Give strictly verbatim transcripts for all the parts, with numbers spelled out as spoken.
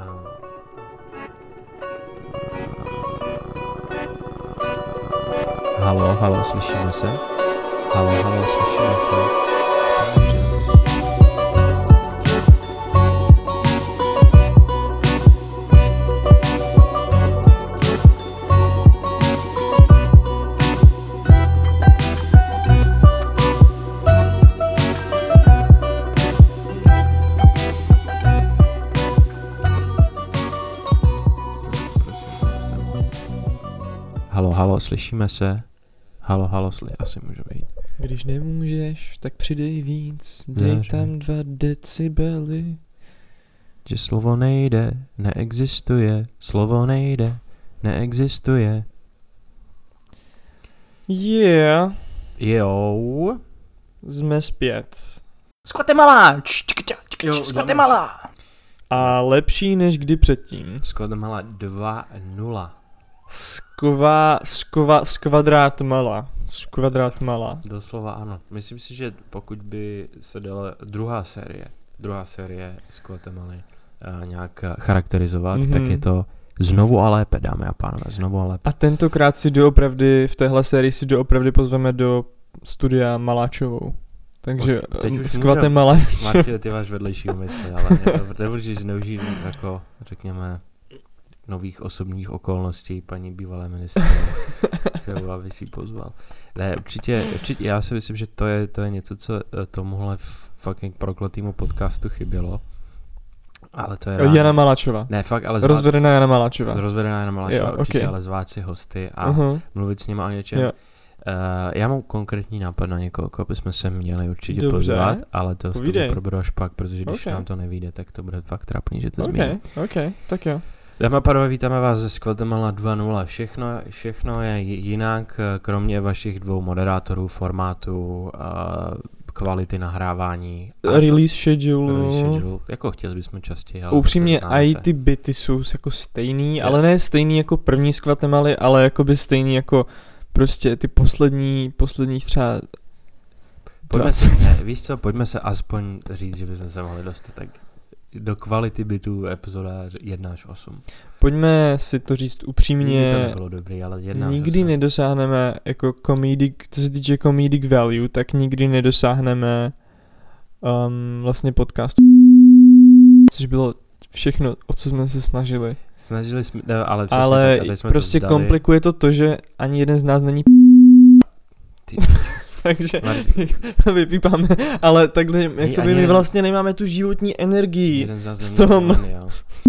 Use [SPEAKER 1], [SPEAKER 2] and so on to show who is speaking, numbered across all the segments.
[SPEAKER 1] Halo, halo, slyšíme se? Halo, halo, slyšíme se? Halo, halo, slyšíme se? Halo, halo, sli- asi může být.
[SPEAKER 2] Když nemůžeš, tak přidej víc, dej
[SPEAKER 1] Zaři.
[SPEAKER 2] tam dva decibely.
[SPEAKER 1] Že slovo nejde, neexistuje, slovo nejde, neexistuje.
[SPEAKER 2] Yeah,
[SPEAKER 1] Jo.
[SPEAKER 2] jsme zpět.
[SPEAKER 3] Z Guatemala!
[SPEAKER 1] Jo,
[SPEAKER 3] Z Guatemala!
[SPEAKER 2] A lepší než kdy předtím.
[SPEAKER 1] Z Guatemala dva nula.
[SPEAKER 2] Skva, skva, skvadrát mala. Skvadrát mala.
[SPEAKER 1] Doslova ano. Myslím si, že pokud by se dala druhá série, druhá série z Guatemaly uh, nějak charakterizovat,
[SPEAKER 2] Mhm.
[SPEAKER 1] tak je to znovu a lépe, dámy a pánové, znovu a lépe.
[SPEAKER 2] A tentokrát si doopravdy, v téhle sérii si doopravdy pozveme do studia Maláčovou. Takže
[SPEAKER 1] Teď už
[SPEAKER 2] z
[SPEAKER 1] můžem.
[SPEAKER 2] Guatemala.
[SPEAKER 1] Martin, ty máš vedlejší úmysly, ale ne- nemůžeš zneužít jako, řekněme, nových osobních okolností paní bývalé ministry, kterou aby si pozval. Ne, určitě, určitě, já si myslím, že to je, to je něco, co eh, tomuhle fucking prokletýmu podcastu chybělo. Ale to je rád.
[SPEAKER 2] Jana Maláčová.
[SPEAKER 1] Ne, fakt, ale zvát,
[SPEAKER 2] Rozvedená Jana Maláčová.
[SPEAKER 1] rozvedená Jana Maláčová,
[SPEAKER 2] Jo,
[SPEAKER 1] určitě,
[SPEAKER 2] okay.
[SPEAKER 1] ale zvát si hosty a
[SPEAKER 2] Aha.
[SPEAKER 1] mluvit s nimi o něčem.
[SPEAKER 2] Jo.
[SPEAKER 1] Uh, já mám konkrétní nápad na někoho, koho bychom se měli určitě
[SPEAKER 2] Dobře.
[SPEAKER 1] pozvat, ale to s tebou
[SPEAKER 2] Povídej.
[SPEAKER 1] proberu až pak, protože když
[SPEAKER 2] Okay.
[SPEAKER 1] nám to nevyjde, tak to bude fakt trapný, že to
[SPEAKER 2] Ok,
[SPEAKER 1] zmíním.
[SPEAKER 2] ok, tak jo.
[SPEAKER 1] Dámy a pánové, vítáme vás ze Guatemala dva nula. Všechno, všechno je jinak, kromě vašich dvou moderátorů, formátů, kvality nahrávání. a
[SPEAKER 2] Release schedule.
[SPEAKER 1] release schedule. Jako chtěli bychom častěji, ale
[SPEAKER 2] Upřímně,
[SPEAKER 1] známe
[SPEAKER 2] i
[SPEAKER 1] se.
[SPEAKER 2] ty byty jsou jako stejný,
[SPEAKER 1] Jo.
[SPEAKER 2] ale ne stejný jako první z Guatemaly, ale jakoby stejný jako prostě ty poslední, poslední třeba
[SPEAKER 1] Pojďme
[SPEAKER 2] dvacet.
[SPEAKER 1] se, ne, víš co, pojďme se aspoň říct, že bychom se mohli dostat tak do kvality bytů epizoda jedna až osm.
[SPEAKER 2] Pojďme si to říct
[SPEAKER 1] Nikdy to
[SPEAKER 2] upřímně,
[SPEAKER 1] nebylo dobrý, ale jedna až
[SPEAKER 2] nikdy
[SPEAKER 1] osm.
[SPEAKER 2] nedosáhneme jako comedic, co se týče comedic value, tak nikdy nedosáhneme um, vlastně podcastu, což bylo všechno, o co jsme se snažili.
[SPEAKER 1] Snažili jsme, ne, ale přesně
[SPEAKER 2] Ale
[SPEAKER 1] tak, a teď jsme
[SPEAKER 2] prostě
[SPEAKER 1] to vzdali.
[SPEAKER 2] komplikuje to to, že ani jeden z nás není
[SPEAKER 1] Ty,
[SPEAKER 2] takže
[SPEAKER 1] Martin,
[SPEAKER 2] to vypípáme, ale takhle, jakoby
[SPEAKER 1] ani
[SPEAKER 2] my
[SPEAKER 1] jeden-
[SPEAKER 2] vlastně nemáme tu životní energii.
[SPEAKER 1] jeden z nás
[SPEAKER 2] s
[SPEAKER 1] neměl
[SPEAKER 2] tom.
[SPEAKER 1] mileniál.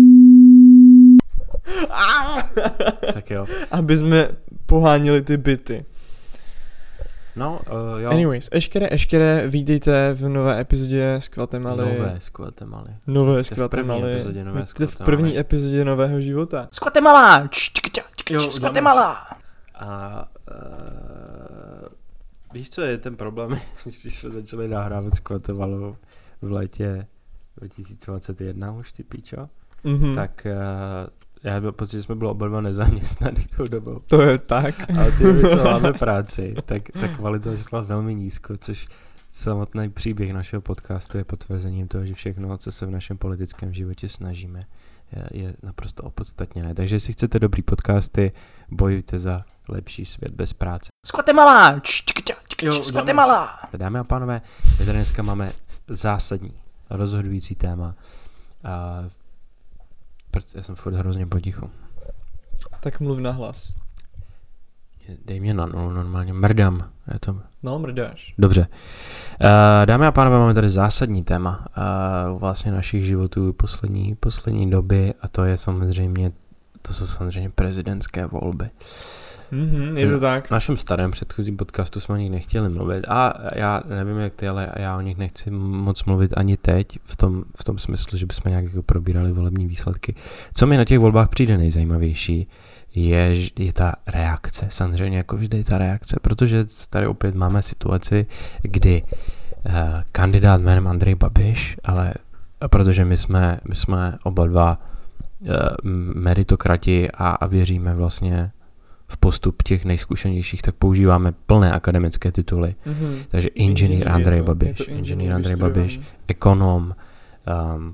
[SPEAKER 1] Tak jo.
[SPEAKER 2] Aby jsme poháněli ty byty.
[SPEAKER 1] No, uh, jo.
[SPEAKER 2] Anyways, eškere, eškere, vítejte v nové epizodě z Guatemaly.
[SPEAKER 1] Nové z Guatemaly.
[SPEAKER 2] Nové z
[SPEAKER 1] Jste v první
[SPEAKER 2] Guatemaly.
[SPEAKER 1] epizodě Nové z
[SPEAKER 2] Jste v
[SPEAKER 1] Guatemaly.
[SPEAKER 2] první epizodě nového života.
[SPEAKER 3] Z Guatemala!
[SPEAKER 1] Jo,
[SPEAKER 3] Z Guatemala!
[SPEAKER 1] A uh, víš, co je ten problém, když jsme začali nahrávat s Guatemalou v létě dva tisíce dvacet jedna už, ty píčo,
[SPEAKER 2] Mhm.
[SPEAKER 1] tak uh, já byl pocit, že jsme byli oba dva nezaměstnaný tou dobou.
[SPEAKER 2] To je tak.
[SPEAKER 1] Ale ty doby, co máme práci, tak ta kvalita šla velmi nízko, což samotný příběh našeho podcastu je potvrzením toho, že všechno, co se v našem politickém životě snažíme, je, je naprosto opodstatněné. Takže jestli chcete dobrý podcasty, bojujte za lepší svět bez práce.
[SPEAKER 3] Z Guatemala! Z Guatemala!
[SPEAKER 1] Dámy a pánové, my tady dneska máme zásadní, rozhodující téma. A proč- já jsem furt hrozně potichu.
[SPEAKER 2] Tak mluv nahlas.
[SPEAKER 1] Dej mě na nulu, normálně mrdám. Je to...
[SPEAKER 2] No, mrdáš.
[SPEAKER 1] Dobře. Uh, dámy a pánové, máme tady zásadní téma uh, vlastně našich životů poslední, poslední doby a to je samozřejmě, to jsou samozřejmě prezidentské volby.
[SPEAKER 2] Mhm, je to tak.
[SPEAKER 1] V našem starém předchozím podcastu jsme o nich nechtěli mluvit a já nevím jak ty, ale já o nich nechci moc mluvit ani teď v tom, v tom smyslu, že bychom nějak jako probírali volební výsledky. Co mi na těch volbách přijde nejzajímavější, je, je ta reakce, samozřejmě jako vždy ta reakce, protože tady opět máme situaci, kdy uh, kandidát jménem Andrej Babiš, ale protože my jsme, my jsme oba dva uh, meritokrati a, a věříme vlastně v postup těch nejzkušenějších, tak používáme plné akademické tituly.
[SPEAKER 2] Mhm.
[SPEAKER 1] Takže inženýr Andrej
[SPEAKER 2] je to-
[SPEAKER 1] Babiš,
[SPEAKER 2] je to
[SPEAKER 1] inženýr Andrej
[SPEAKER 2] vystudovaný.
[SPEAKER 1] Babiš, ekonom, um,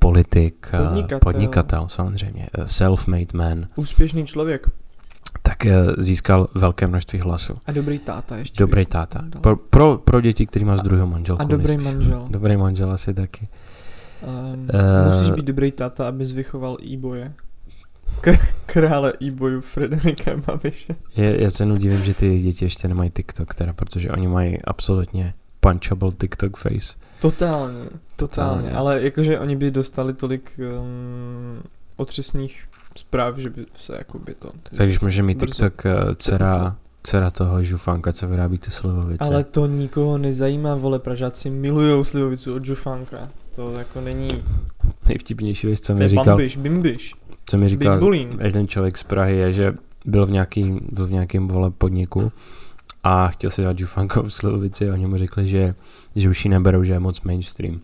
[SPEAKER 1] politik, uh,
[SPEAKER 2] Podnikatel.
[SPEAKER 1] podnikatel samozřejmě, uh, self-made man,
[SPEAKER 2] Úspěšný člověk.
[SPEAKER 1] tak uh, získal velké množství hlasů.
[SPEAKER 2] A dobrý táta ještě.
[SPEAKER 1] Dobrý
[SPEAKER 2] bych
[SPEAKER 1] táta.
[SPEAKER 2] dodal.
[SPEAKER 1] Pro, pro, pro děti, který má z druhého manželku.
[SPEAKER 2] A dobrý
[SPEAKER 1] nejspíš.
[SPEAKER 2] manžel.
[SPEAKER 1] Dobrý manžel asi taky.
[SPEAKER 2] Um,
[SPEAKER 1] Eh.
[SPEAKER 2] musíš být dobrý táta, abys vychoval e-boje. K- krále e-boju Frederika Babiše.
[SPEAKER 1] Je, já se nedivím, že ty děti ještě nemají TikTok, teda, protože oni mají absolutně punchable TikTok face.
[SPEAKER 2] Totálně, totálně,
[SPEAKER 1] Totálně.
[SPEAKER 2] ale jakože oni by dostali tolik um, otřesných zpráv, že by se jakoby to...
[SPEAKER 1] Tak když může mít
[SPEAKER 2] Brzo.
[SPEAKER 1] TikTok uh, dcera, dcera toho žufánka, co vyrábí tu slivovice.
[SPEAKER 2] Ale to nikoho nezajímá, vole, Pražáci milujou slivovicu od žufánka. To jako není...
[SPEAKER 1] Nejvtipnější věc, co
[SPEAKER 2] To
[SPEAKER 1] mi
[SPEAKER 2] je
[SPEAKER 1] říkal,
[SPEAKER 2] bambiš, bimbiš,
[SPEAKER 1] co mi říkal
[SPEAKER 2] bimbolín.
[SPEAKER 1] jeden člověk z Prahy, je, že byl v, nějaký, byl v nějakém vole podniku a chtěl si dát žufánkovou slivovici a oni mu řekli, že, že už ji neberou, že je moc mainstream.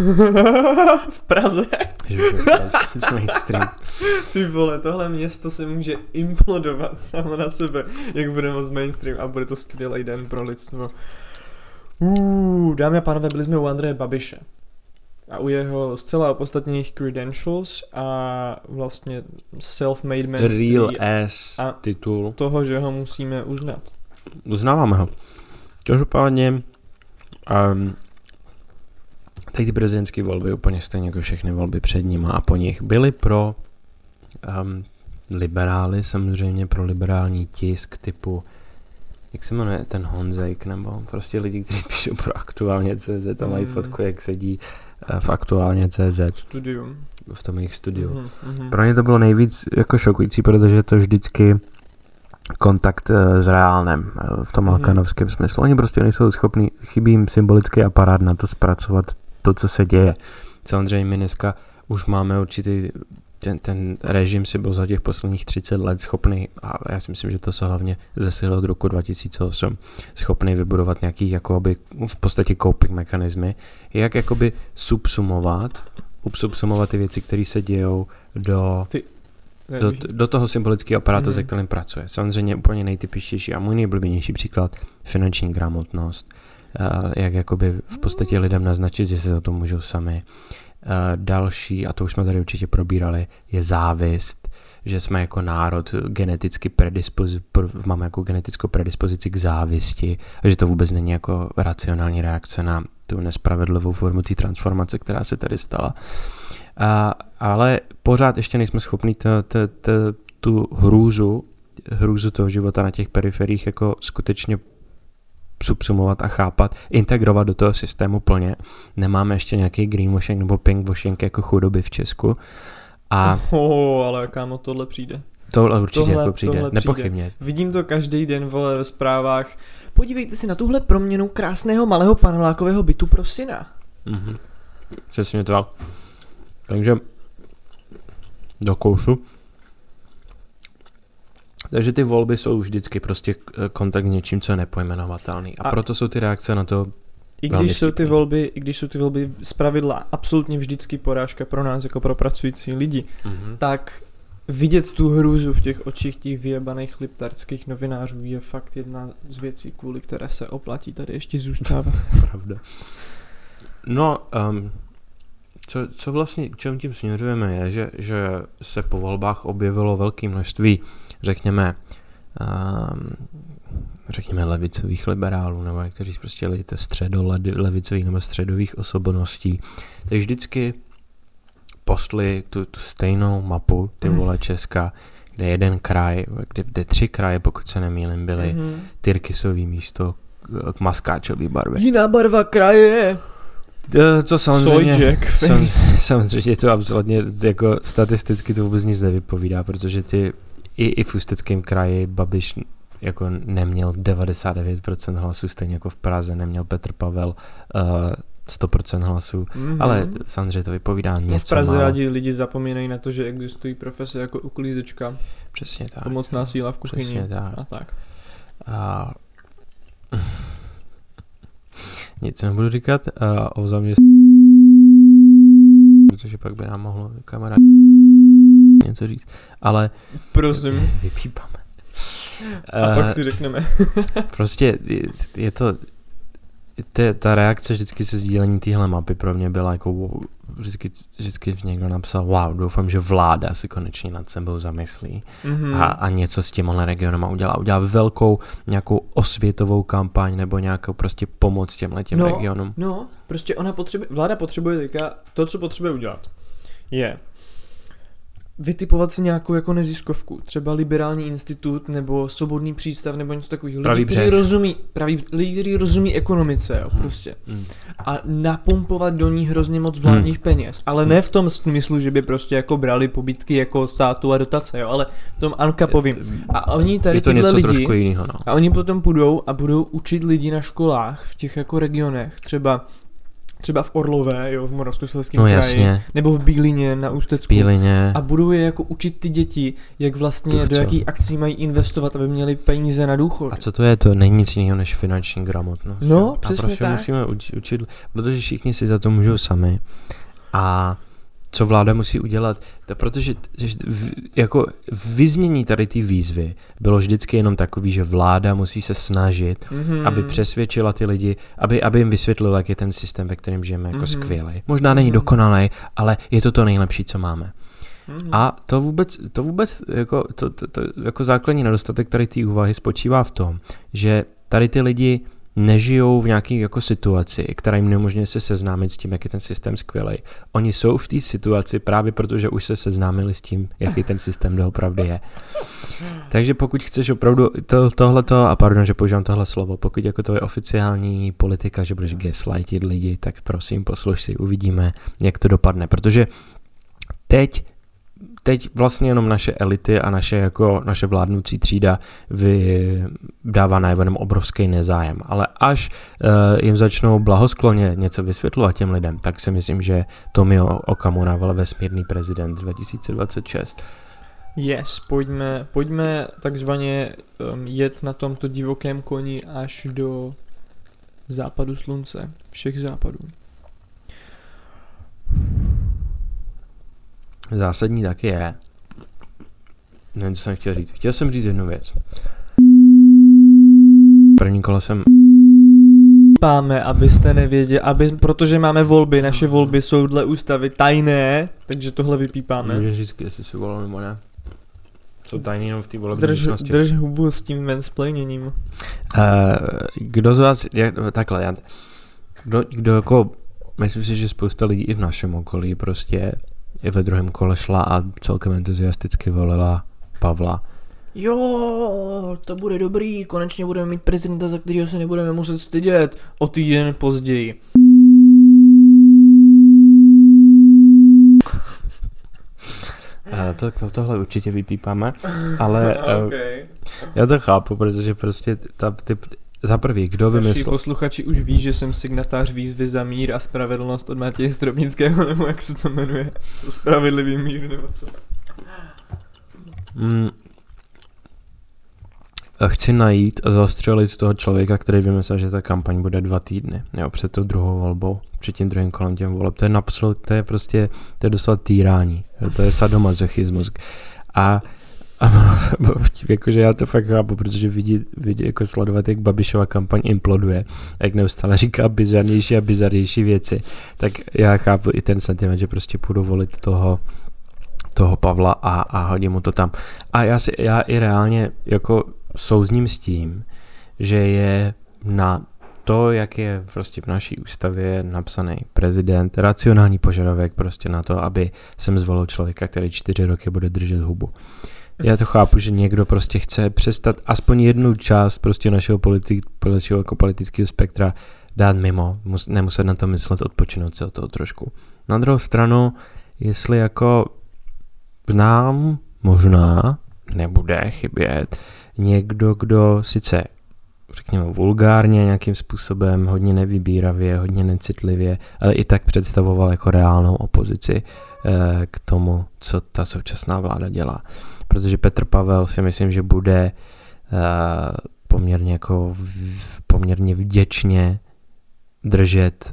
[SPEAKER 2] V Praze.
[SPEAKER 1] Že už je moc mainstream.
[SPEAKER 2] Ty vole, tohle město se může implodovat samo na sebe, jak bude moc mainstream a bude to skvělý den pro lidstvo. Uuu, dámy a pánové, byli jsme u Andreje Babiše. A u jeho zcela opodstatněných credentials a vlastně self-made manství
[SPEAKER 1] Real ass
[SPEAKER 2] a-
[SPEAKER 1] titul.
[SPEAKER 2] toho, že ho musíme uznat.
[SPEAKER 1] Uznáváme ho. Každopádně um, tady ty prezidentské volby úplně stejně jako všechny volby před nima a po nich byly pro um, liberály, samozřejmě pro liberální tisk typu, jak se jmenuje ten Honzejk, nebo prostě lidi, kteří píšou pro aktuálně tečka cé zet a mají
[SPEAKER 2] Mm.
[SPEAKER 1] fotku, jak sedí uh, v aktuálně tečka cé zet
[SPEAKER 2] Studium.
[SPEAKER 1] v tom jejich studiu.
[SPEAKER 2] Mhm, mhm.
[SPEAKER 1] Pro ně to bylo nejvíc jako šokující, protože je to vždycky kontakt uh, s reálnem uh, v tom
[SPEAKER 2] Mhm.
[SPEAKER 1] lakanovském smyslu. Oni prostě nejsou schopní, chybí jim symbolický aparát na to zpracovat to, co se děje. Samozřejmě my dneska už máme určitý, ten, ten režim si byl za těch posledních třicet let schopný, a já si myslím, že to se hlavně zesililo od roku dva tisíce osm, schopný vybudovat nějaký jakoby, v podstatě coping mechanismy, jak jakoby subsumovat, subsumovat ty věci, které se dějou do do, do toho symbolického aparátu, mm. se kterým pracuje. Samozřejmě úplně nejtypičtější a můj nejblíbenější příklad, finanční gramotnost, uh, jak jakoby v podstatě lidem naznačit, že se za to můžou sami. Uh, další, a to už jsme tady určitě probírali, je závist, že jsme jako národ geneticky predispozi- máme jako genetickou predispozici k závisti a že to vůbec není jako racionální reakce na tu nespravedlivou formu té transformace, která se tady stala. A, ale pořád ještě nejsme schopni t, t, t, tu hrůzu, hrůzu toho života na těch periferiích jako skutečně subsumovat a chápat, integrovat do toho systému plně. Nemáme ještě nějaký greenwashing nebo pinkwashing jako chudoby v Česku. A
[SPEAKER 2] Oh, ale kámo, tohle přijde.
[SPEAKER 1] tohle určitě
[SPEAKER 2] Tohle-
[SPEAKER 1] jako přijde,
[SPEAKER 2] tohle přijde.
[SPEAKER 1] nepochybně.
[SPEAKER 2] Vidím to každý den, vole, ve zprávách. Podívejte se na tuhle proměnu krásného malého panelákového bytu pro syna.
[SPEAKER 1] Mhm. Přesně to. Takže do koušu. Takže ty volby jsou vždycky prostě k- kontakt s něčím, co je nepojmenovatelný. A,
[SPEAKER 2] A-
[SPEAKER 1] proto jsou ty reakce na to
[SPEAKER 2] I
[SPEAKER 1] velmi
[SPEAKER 2] když jsou ty
[SPEAKER 1] vtipný.
[SPEAKER 2] volby, i když jsou ty volby zpravidla absolutně vždycky porážka pro nás jako pro pracující lidi,
[SPEAKER 1] Mhm.
[SPEAKER 2] tak vidět tu hrůzu v těch očích těch vyjebaných liptarských novinářů je fakt jedna z věcí, kvůli které se oplatí tady ještě zůstávat.
[SPEAKER 1] Pravda. No, um, co, co vlastně, čem tím směřujeme, je, že, že se po volbách objevilo velké množství, řekněme, um, řekněme levicových liberálů, nebo někteří prostě lidé středolevicových nebo středových osobností. Takže vždycky postli tu, tu stejnou mapu, ty
[SPEAKER 2] Mhm.
[SPEAKER 1] vole Česka, kde jeden kraj, kde, kde tři kraje, pokud se nemýlím, byly
[SPEAKER 2] Mhm.
[SPEAKER 1] Tyrkisový místo k, k maskáčový barvě.
[SPEAKER 2] Jiná barva kraje.
[SPEAKER 1] To, to samozřejmě,
[SPEAKER 2] Soy Jack
[SPEAKER 1] sam,
[SPEAKER 2] face.
[SPEAKER 1] samozřejmě to absolutně jako statisticky to vůbec nic nevypovídá, protože ty i, i v Ústeckém kraji Babiš jako neměl devadesát devět procent hlasů, stejně jako v Praze neměl Petr Pavel uh, sto procent hlasů,
[SPEAKER 2] Mhm.
[SPEAKER 1] ale t- samozřejmě to vypovídá
[SPEAKER 2] No,
[SPEAKER 1] něco
[SPEAKER 2] v Praze
[SPEAKER 1] málo.
[SPEAKER 2] rádi lidi zapomínají na to, že existují profese jako uklízečka,
[SPEAKER 1] Přesně tak.
[SPEAKER 2] pomocná síla v kuchyni
[SPEAKER 1] Přesně tak.
[SPEAKER 2] a tak.
[SPEAKER 1] A... Nic nebudu říkat a o zaměstnání, protože pak by nám mohlo kamarád něco říct, ale
[SPEAKER 2] Prosím.
[SPEAKER 1] vypípáme.
[SPEAKER 2] A pak
[SPEAKER 1] Eh,
[SPEAKER 2] si řekneme.
[SPEAKER 1] Prostě je, je to te, ta reakce vždycky se sdílení téhle mapy pro mě byla jako vždycky, vždycky někdo napsal wow, doufám, že vláda se konečně nad sebou zamyslí
[SPEAKER 2] Mm-hmm.
[SPEAKER 1] a, a něco s těmhle regionama udělá. Udělá velkou nějakou osvětovou kampaň nebo nějakou prostě pomoc těmhle těm
[SPEAKER 2] No.
[SPEAKER 1] regionům.
[SPEAKER 2] No, prostě ona potřebuje, vláda potřebuje teďka, to, co potřebuje udělat, je vytipovat si nějakou jako neziskovku, třeba liberální institut nebo svobodný přístav nebo něco takového.
[SPEAKER 1] Pravý
[SPEAKER 2] Lidi, kteří
[SPEAKER 1] břeh.
[SPEAKER 2] rozumí, pravý, lidi, kteří rozumí ekonomice, jo, prostě.
[SPEAKER 1] Hmm.
[SPEAKER 2] A napumpovat do ní hrozně moc vládních peněz. Ale ne v tom smyslu, že by prostě jako brali pobídky jako státu a dotace, jo, ale v tom uncapovým. A oni tady
[SPEAKER 1] Je to
[SPEAKER 2] tyhle
[SPEAKER 1] něco
[SPEAKER 2] lidi,
[SPEAKER 1] trošku jiného, no.
[SPEAKER 2] a oni potom půjdou a budou učit lidi na školách v těch jako regionech, třeba třeba v Orlové, jo, v Moravskoslezském
[SPEAKER 1] No
[SPEAKER 2] kraji,
[SPEAKER 1] jasně,
[SPEAKER 2] nebo v Bílině na Ústecku.
[SPEAKER 1] Bílině.
[SPEAKER 2] A budou je jako učit ty děti, jak vlastně
[SPEAKER 1] Duch,
[SPEAKER 2] do
[SPEAKER 1] co?
[SPEAKER 2] jakých akcí mají investovat, aby měli peníze na důchod.
[SPEAKER 1] A co to je? To není nic jiného než finanční gramotnost.
[SPEAKER 2] No,
[SPEAKER 1] jo?
[SPEAKER 2] přesně
[SPEAKER 1] a prostě
[SPEAKER 2] tak.
[SPEAKER 1] musíme uč, učit, protože všichni si za to můžou sami. A co vláda musí udělat, to protože že v, jako vyznění tady ty výzvy bylo vždycky jenom takový, že vláda musí se snažit,
[SPEAKER 2] Mm-hmm.
[SPEAKER 1] aby přesvědčila ty lidi, aby, aby jim vysvětlila, jak je ten systém, ve kterém žijeme, jako
[SPEAKER 2] Mhm.
[SPEAKER 1] skvělý. Možná není
[SPEAKER 2] Mhm.
[SPEAKER 1] dokonalý, ale je to to nejlepší, co máme.
[SPEAKER 2] Mm-hmm.
[SPEAKER 1] A to vůbec, to vůbec jako, to, to, to, jako základní nedostatek tady té úvahy spočívá v tom, že tady ty lidi nežijou v nějaké jako situaci, která jim neumožňuje se seznámit s tím, jak je ten systém skvělý. Oni jsou v té situaci právě proto, že už se seznámili s tím, jaký ten systém doopravdy je. Takže pokud chceš opravdu to, tohleto, a pardon, že používám tohle slovo, pokud jako to je oficiální politika, že budeš gaslightit lidi, tak prosím, posluš si, uvidíme, jak to dopadne, protože teď Teď vlastně jenom naše elity a naše, jako, naše vládnoucí třída vy, dává najevo jenom obrovský nezájem. Ale až uh, jim začnou blahoskloně něco vysvětlovat těm lidem, tak si myslím, že Tomio Okamura, vesmírný prezident dva tisíce dvacet šest.
[SPEAKER 2] Yes, pojďme, pojďme takzvaně um, jet na tomto divokém koni až do západu slunce, všech západů.
[SPEAKER 1] Zásadní taky je. Nevím, co jsem chtěl říct. Chtěl jsem říct jednu věc. První kolo jsem...
[SPEAKER 2] Páme, abyste nevěděli, aby, protože máme volby, naše volby jsou dle ústavy tajné, takže tohle vypípáme.
[SPEAKER 1] Můžeš říct, jestli si volil nebo ne. Jsou tajný jenom v té volební
[SPEAKER 2] Drž,
[SPEAKER 1] místnosti.
[SPEAKER 2] drž hubu s tím mansplainěním.
[SPEAKER 1] Uh, kdo z vás, jak, takhle, já, kdo, kdo jako, myslím si, že spousta lidí i v našem okolí prostě i ve druhém kole šla a celkem entuziasticky volila Pavla.
[SPEAKER 2] Jo, to bude dobrý, konečně budeme mít prezidenta, za kterého se nebudeme muset stydět o týden později.
[SPEAKER 1] Uh, to, to, tohle určitě vypípáme, ale uh,
[SPEAKER 2] Okay.
[SPEAKER 1] já to chápu, protože prostě ta, ty, za prvý, kdo
[SPEAKER 2] Naši
[SPEAKER 1] vymyslel,
[SPEAKER 2] posluchači už ví, že jsem signatář výzvy za mír a spravedlnost od Matěje Stropnického, nebo jak se to jmenuje, Spravedlivý mír, nebo co.
[SPEAKER 1] mm, chci najít a zastřelit toho člověka, který vymyslel, že ta kampaň bude dva týdny, jo, před tou druhou volbou, před tím druhým kolem těm voleb. To je napsal, to je prostě, to je doslova týrání, jo, to je sadomasochismus. A, a jakože já to fakt chápu, protože vidí, vidí jako sledovat, jak Babišova kampaň imploduje, jak neustále říká bizarnější a bizarnější věci, tak já chápu i ten sentiment, že prostě půjdu volit toho toho Pavla a, a hodím mu to tam. A já si, já i reálně jako souzním s tím, že je na to, jak je prostě v naší ústavě napsaný prezident, racionální požadavek prostě na to, aby jsem zvolil člověka, který čtyři roky bude držet hubu. Já to chápu, že někdo prostě chce přestat aspoň jednu část prostě našeho, politi- našeho jako politického spektra dát mimo, mus, nemuset na to myslet, odpočinout se od toho trošku. Na druhou stranu, jestli jako znám, možná nebude chybět někdo, kdo sice řekněme vulgárně nějakým způsobem, hodně nevybíravě, hodně necitlivě, ale i tak představoval jako reálnou opozici eh, k tomu, co ta současná vláda dělá. Protože Petr Pavel si myslím, že bude eh, poměrně jako v, poměrně vděčně držet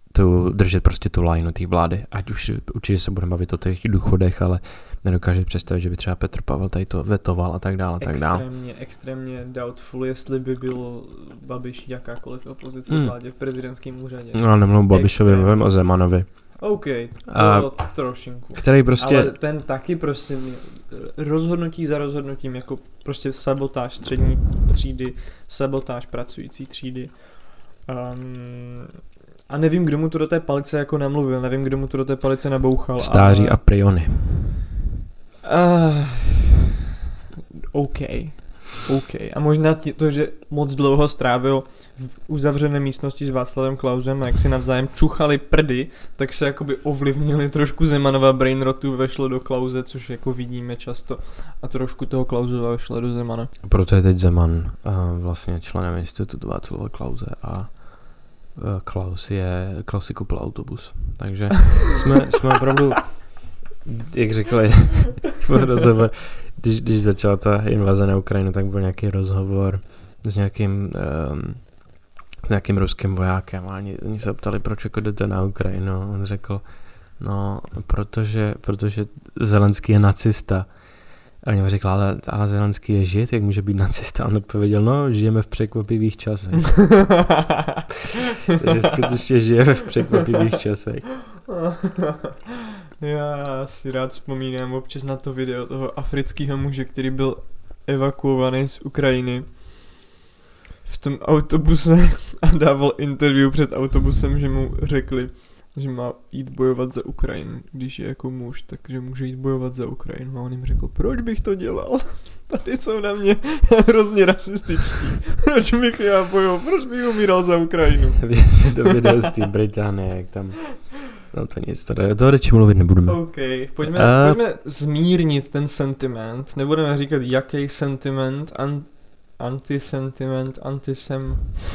[SPEAKER 1] tu, držet prostě tu lineu té vlády. Ať už určitě se budeme bavit o těch důchodech, ale nedokáže představit, že by třeba Petr Pavel tady to vetoval a tak dále a tak dále.
[SPEAKER 2] Extrémně, extrémně doubtful, jestli by byl Babiš jakákoliv opozice
[SPEAKER 1] Hmm.
[SPEAKER 2] vládě v prezidentském úřadě.
[SPEAKER 1] No, nemluvím o Babišovi,
[SPEAKER 2] Extrémně.
[SPEAKER 1] mluvím o Zemanovi.
[SPEAKER 2] OK, to
[SPEAKER 1] A-
[SPEAKER 2] trošinku.
[SPEAKER 1] Který prostě...
[SPEAKER 2] Ale ten taky prostě mě- rozhodnutí za rozhodnutím, jako prostě sabotáž střední třídy, sabotáž pracující třídy. Um, a nevím, kdo mu to do té palice jako namluvil, nevím, kdo mu to do té palice nabouchal.
[SPEAKER 1] Stáří
[SPEAKER 2] ale...
[SPEAKER 1] a priony.
[SPEAKER 2] Uh, OK. OK. A možná tí, to, že moc dlouho strávil v uzavřené místnosti s Václavem Klausem a jak si navzájem čuchali prdy, tak se jakoby ovlivnili trošku Zemanova brainrotu, vešlo do Klause, což jako vidíme často. A trošku toho Klausova vešlo do Zemana.
[SPEAKER 1] Proto je teď Zeman uh, vlastně členem institutu Václava Klause a uh, Klaus je, Klaus si koupil autobus. Takže jsme, jsme opravdu, jak řekli, rozhovor, když, když začala ta invaze na Ukrajinu, tak byl nějaký rozhovor s nějakým, um, s nějakým ruským vojákem a oni, oni se ptali, proč jako jdete na Ukrajinu. On řekl, no, protože, protože Zelenský je nacista. A oni mu řekl, ale, ale Zelenský je žid, jak může být nacista? A on odpověděl, no, žijeme v překvapivých časech. Takže skutečně žijeme v překvapivých časech.
[SPEAKER 2] Já si rád vzpomínám občas na to video toho afrického muže, který byl evakuovaný z Ukrajiny v tom autobuse a dával interview před autobusem, že mu řekli, že má jít bojovat za Ukrajinu, když je jako muž, takže může jít bojovat za Ukrajinu. A on jim řekl, proč bych to dělal? Tady jsou na mě hrozně rasističtí. Proč bych já bojoval? Proč bych umíral za Ukrajinu?
[SPEAKER 1] Víš si to video z té Británie, jak tam... No to nic, to, to radši mluvit nebudeme.
[SPEAKER 2] OK, pojďme,
[SPEAKER 1] A-
[SPEAKER 2] pojďme zmírnit ten sentiment. Nebudeme říkat, jaký sentiment, an, antisentiment, antisem,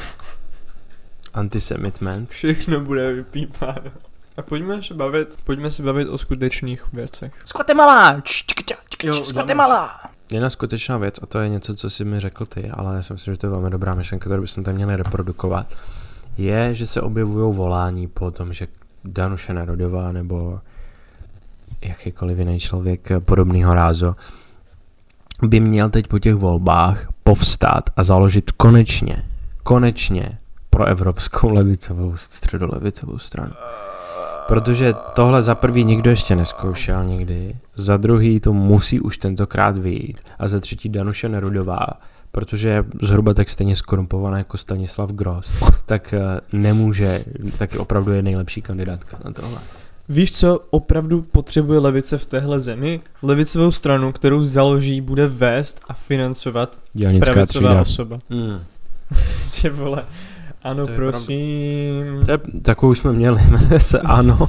[SPEAKER 1] Antisemitment.
[SPEAKER 2] všechno bude vypípáno. A pojďme se bavit, pojďme se bavit o skutečných věcech.
[SPEAKER 3] Z Guatemala. Č, č, č, č,
[SPEAKER 2] Jo,
[SPEAKER 3] č, Z Guatemala.
[SPEAKER 1] Jedna skutečná věc, a to je něco, co si mi řekl ty, ale já si myslím, že to je velmi dobrá myšlenka, kterou bychom tam měli reprodukovat, je, že se objevují volání po tom, že Danuše Nerudová nebo jakýkoliv jiný člověk podobného rázu by měl teď po těch volbách povstát a založit konečně, konečně pro evropskou levicovou, středolevicovou stranu. Protože tohle za prvý nikdo ještě neskoušel nikdy, za druhý to musí už tentokrát vyjít a za třetí Danuše Nerudová, protože je zhruba tak stejně skorumpovaná jako Stanislav Gross, tak nemůže, taky opravdu je nejlepší kandidátka na tohle.
[SPEAKER 2] Víš, co opravdu potřebuje levice v téhle zemi? Levicovou stranu, kterou založí, bude vést a financovat
[SPEAKER 1] Dělnická
[SPEAKER 2] pravicová
[SPEAKER 1] třída.
[SPEAKER 2] osoba.
[SPEAKER 1] Hmm.
[SPEAKER 2] Prostě vole. Ano,
[SPEAKER 1] To je
[SPEAKER 2] prosím.
[SPEAKER 1] To je, takovou už jsme měli, jmenuje se ANO.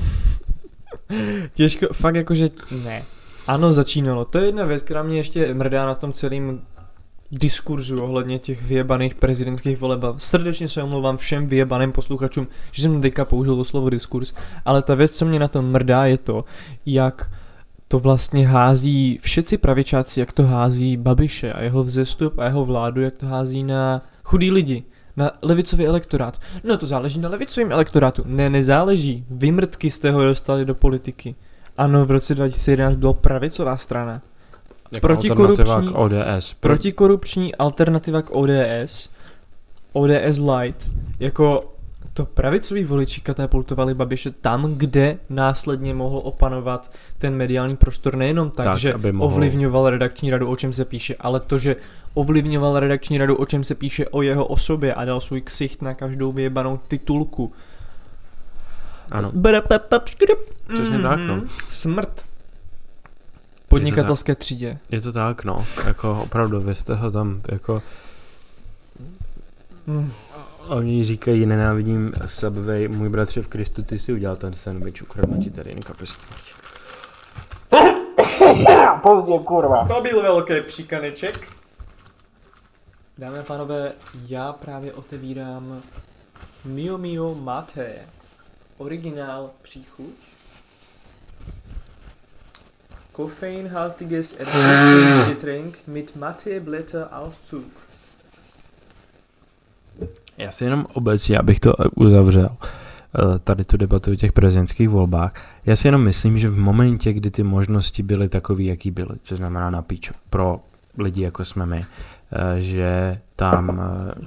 [SPEAKER 2] Těžko, fakt jakože ne. Ano, začínalo. To je jedna věc, která mě ještě mrdá na tom celém diskurzu ohledně těch vyjebaných prezidentských voleb. A srdečně se omlouvám všem vyjebaným posluchačům, že jsem teďka použil to slovo diskurs, ale ta věc, co mě na tom mrdá, je to, jak to vlastně hází všetci pravičáci, jak to hází Babiše a jeho vzestup a jeho vládu, jak to hází na chudý lidi, na levicový elektorát. No to záleží na levicovém elektorátu. Ne, nezáleží. Vymrtky jste ho dostali do politiky. Ano, v roce dva tisíce jedenáct byla pravicová strana.
[SPEAKER 1] Jako
[SPEAKER 2] Protikorupční-
[SPEAKER 1] alternativa k O D S.
[SPEAKER 2] Protikorupční alternativa k O D S, O D S Light, jako to pravicový voliči katapultovali Babiše tam, kde následně mohl opanovat ten mediální prostor nejenom tak,
[SPEAKER 1] Tak,
[SPEAKER 2] že
[SPEAKER 1] aby mohl-
[SPEAKER 2] ovlivňoval redakční radu, o čem se píše, ale to, že ovlivňoval redakční radu, o čem se píše o jeho osobě a dal svůj ksicht na každou vyjebanou titulku.
[SPEAKER 1] Ano.
[SPEAKER 2] Brapapapškrup.
[SPEAKER 1] Přesně tak, no.
[SPEAKER 2] Mhm. Smrt podnikatelské třídě.
[SPEAKER 1] Je to tak, no. Jako opravdu, vy jste ho tam, jako...
[SPEAKER 2] Mm.
[SPEAKER 1] Oni říkají, nenávidím Subway, můj bratře v Kristu, ty si udělal ten sandwich, ukradnu ti tady jen kapesky.
[SPEAKER 3] Pozdě, kurva.
[SPEAKER 2] To byl velký příkaneček. Dámy a pánové, já právě otevírám Mio Mio Mate. Originál příchuť. Koffeinhaltiges Erfrischungsgetränk mit Mate-Blätter-Auszug.
[SPEAKER 1] Já si jenom obecně, abych to uzavřel. tady tu debatu o těch prezidentských volbách. Já si jenom myslím, že v momentě, kdy ty možnosti byly takový, jaký byly, což znamená na píču, pro lidi jako jsme my, že tam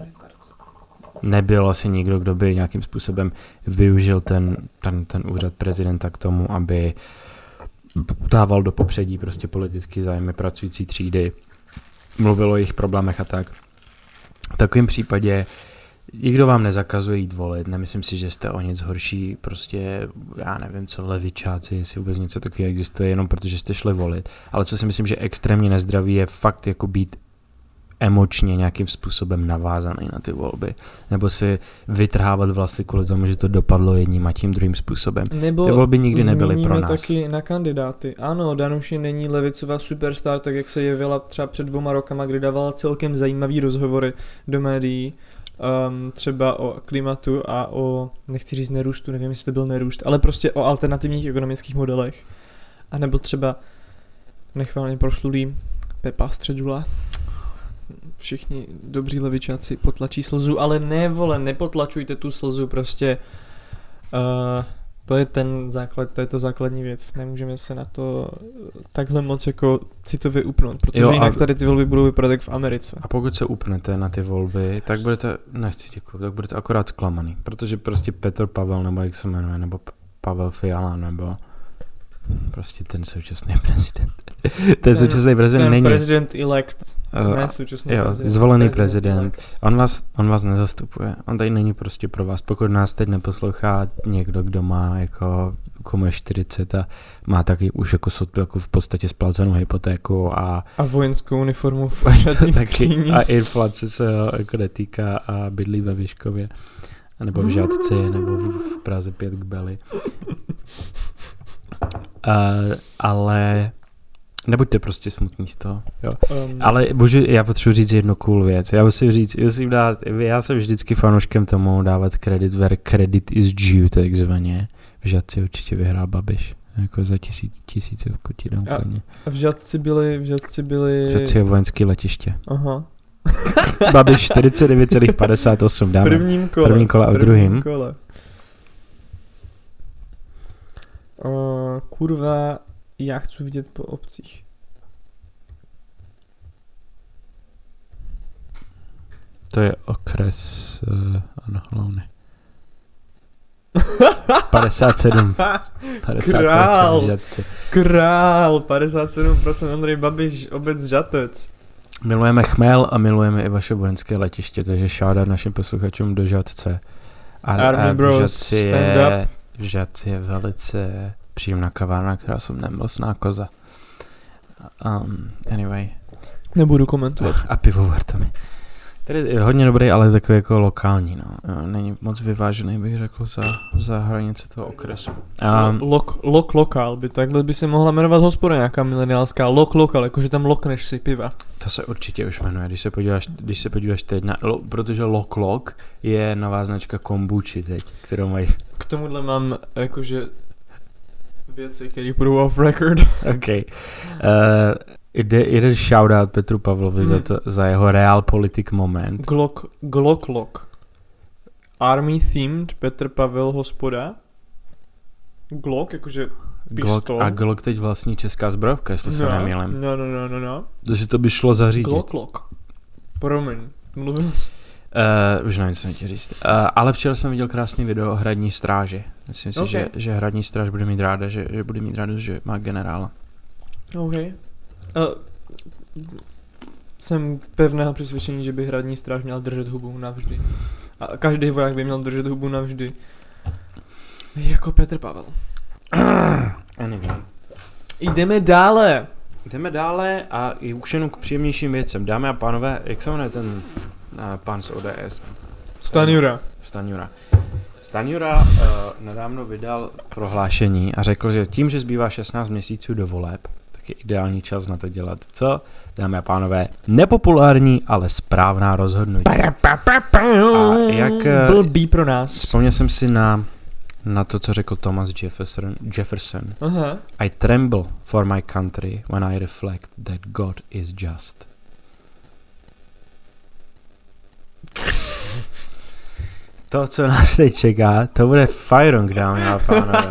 [SPEAKER 1] nebyl asi nikdo, kdo by nějakým způsobem využil ten, ten, ten úřad prezidenta k tomu, aby dával do popředí prostě politický zájmy pracující třídy, mluvil o jejich problémech a tak. V takovém případě nikdo vám nezakazuje jít volit, nemyslím si, že jste o nic horší, prostě já nevím co, levičáci, jestli vůbec něco takového existuje, jenom protože jste šli volit, ale co si myslím, že je extrémně nezdravý, je fakt jako být emočně nějakým způsobem navázaný na ty volby, nebo si vytrhávat vlasy kvůli tomu, že to dopadlo jedním a tím druhým způsobem.
[SPEAKER 2] Nebo
[SPEAKER 1] ty volby nikdy nebyly pro nás.
[SPEAKER 2] Taky na kandidáty. Ano, Danuši není levicová superstar, tak jak se jevila třeba před dvoma rokama, kdy dávala celkem zajímavý rozhovory do médií, um, třeba o klimatu a o, nechci říct nerůstu, nevím, jestli to byl nerůst, ale prostě o alternativních ekonomických modelech. A nebo třeba nechválně proslulý Pepa Středula. Všichni dobří levičáci potlačí slzu, ale ne vole, nepotlačujte tu slzu, prostě uh, to je ten základ, to je ta základní věc, nemůžeme se na to takhle moc jako citově upnout, protože jo, jinak tady ty volby budou vypadat jak v Americe.
[SPEAKER 1] A pokud se upnete na ty volby, tak budete, nechci děkuji, tak budete akorát zklamaný, protože prostě Petr Pavel, nebo jak se jmenuje, nebo Pavel Fiala, nebo prostě ten současný prezident. ten, ten současný prezident
[SPEAKER 2] ten
[SPEAKER 1] není.
[SPEAKER 2] prezident elect, uh, ne současný
[SPEAKER 1] jo,
[SPEAKER 2] prezident.
[SPEAKER 1] Zvolený prezident. prezident. On vás, on vás nezastupuje. On tady není prostě pro vás. Pokud nás teď neposlouchá někdo, kdo má jako komu je čtyřicet a má taky už jako, jako v podstatě splacenou hypotéku a
[SPEAKER 2] a vojenskou uniformu v žádný skříni.
[SPEAKER 1] A inflace se ho jako netýká a bydlí ve Vyškově. Nebo v Žadci, nebo v Praze pět k Beli. Uh, ale nebuďte prostě smutní z toho, jo. Um, ale bože, já potřebuji říct jednu cool věc. Já musím říct, musím dát, já jsem vždycky fanouškem tomu dávat kredit where credit is due, takzvaně. V Žadci určitě vyhrál Babiš. Jako za tisíc, tisícovku ti dám klidně.
[SPEAKER 2] A v Žadci byli, v Žadci byli...
[SPEAKER 1] V Žadci je vojenský letiště.
[SPEAKER 2] Aha.
[SPEAKER 1] Babiš čtyřicet devět celá padesát osm dáme.
[SPEAKER 2] Prvním kole.
[SPEAKER 1] Prvním kole a v druhým.
[SPEAKER 2] Kole. Uh, kurva, já chci vidět po obcích.
[SPEAKER 1] To je okres, uh, ano, Louny. padesát sedm. padesát
[SPEAKER 2] Král.
[SPEAKER 1] v Žadci.
[SPEAKER 2] Král, padesát sedm procent Andrej Babiš, obec Žatec.
[SPEAKER 1] Milujeme chmel a milujeme i vaše vojenské letiště, takže shoutout našim posluchačům do Žadce. A,
[SPEAKER 2] Army
[SPEAKER 1] a
[SPEAKER 2] Bros,
[SPEAKER 1] v Žadci
[SPEAKER 2] stand
[SPEAKER 1] je,
[SPEAKER 2] up.
[SPEAKER 1] v Žadci je velice příjemná kavárna, která jsem nemlsná koza. Um, anyway.
[SPEAKER 2] Nebudu komentovat.
[SPEAKER 1] A pivovar tam je. Tady je hodně dobrý, ale takový jako lokální, no. Není moc vyvážený, bych řekl, za, za hranice toho okresu. Um,
[SPEAKER 2] lok, lok lokál by takhle by se mohla jmenovat hospoda nějaká mileniálská. Lok lokal, jakože tam lokneš si piva.
[SPEAKER 1] To se určitě už jmenuje, když se podíváš, když se podíváš teď na, lo, protože Lok Lok je nová značka kombuči teď, kterou mají.
[SPEAKER 2] K tomuhle mám jakože věci, které budou off record.
[SPEAKER 1] OK. Uh, jde, jeden shoutout Petru Pavlovi hmm. za, to, za jeho realpolitik moment.
[SPEAKER 2] Glock, Glock Lock. Army themed Petr Pavel hospoda. Glock, jakože
[SPEAKER 1] Glock, a Glock teď vlastní česká zbrojovka, jestli
[SPEAKER 2] no,
[SPEAKER 1] se nemýlím.
[SPEAKER 2] No, no, no, no, no.
[SPEAKER 1] Takže to by šlo zařídit.
[SPEAKER 2] Glock Lock. Promiň, mluvím.
[SPEAKER 1] Uh, už nevím, co chtěl říct. Uh, ale včera jsem viděl krásný video o hradní stráži. Myslím si, okay. že, že hradní stráž bude mít ráda, že, že bude mít ráda, že má generála.
[SPEAKER 2] OK. Uh, jsem pevného přesvědčení, že by hradní stráž měl držet hubu navždy. A každý voják by měl držet hubu navždy. Jako Petr Pavel.
[SPEAKER 1] Anyway.
[SPEAKER 2] Jdeme dále.
[SPEAKER 1] Jdeme dále a i už jenom k příjemnějším věcem. Dámy a pánové, jak se jmenuje ten uh, pán z O D S?
[SPEAKER 2] Stanjura.
[SPEAKER 1] Stanjura. Stanjura uh, nedávno vydal prohlášení a řekl, že tím, že zbývá šestnáct měsíců do voleb, tak je ideální čas na to dělat. Co? Dámy a pánové, nepopulární, ale správná rozhodnutí. A jak...
[SPEAKER 2] Blbý pro nás.
[SPEAKER 1] Vzpomněl jsem si na, na to, co řekl Thomas Jefferson. Jefferson.
[SPEAKER 2] Aha.
[SPEAKER 1] I tremble for my country when I reflect that God is just. to, co nás teď čeká, to bude firing, dámy a pánové.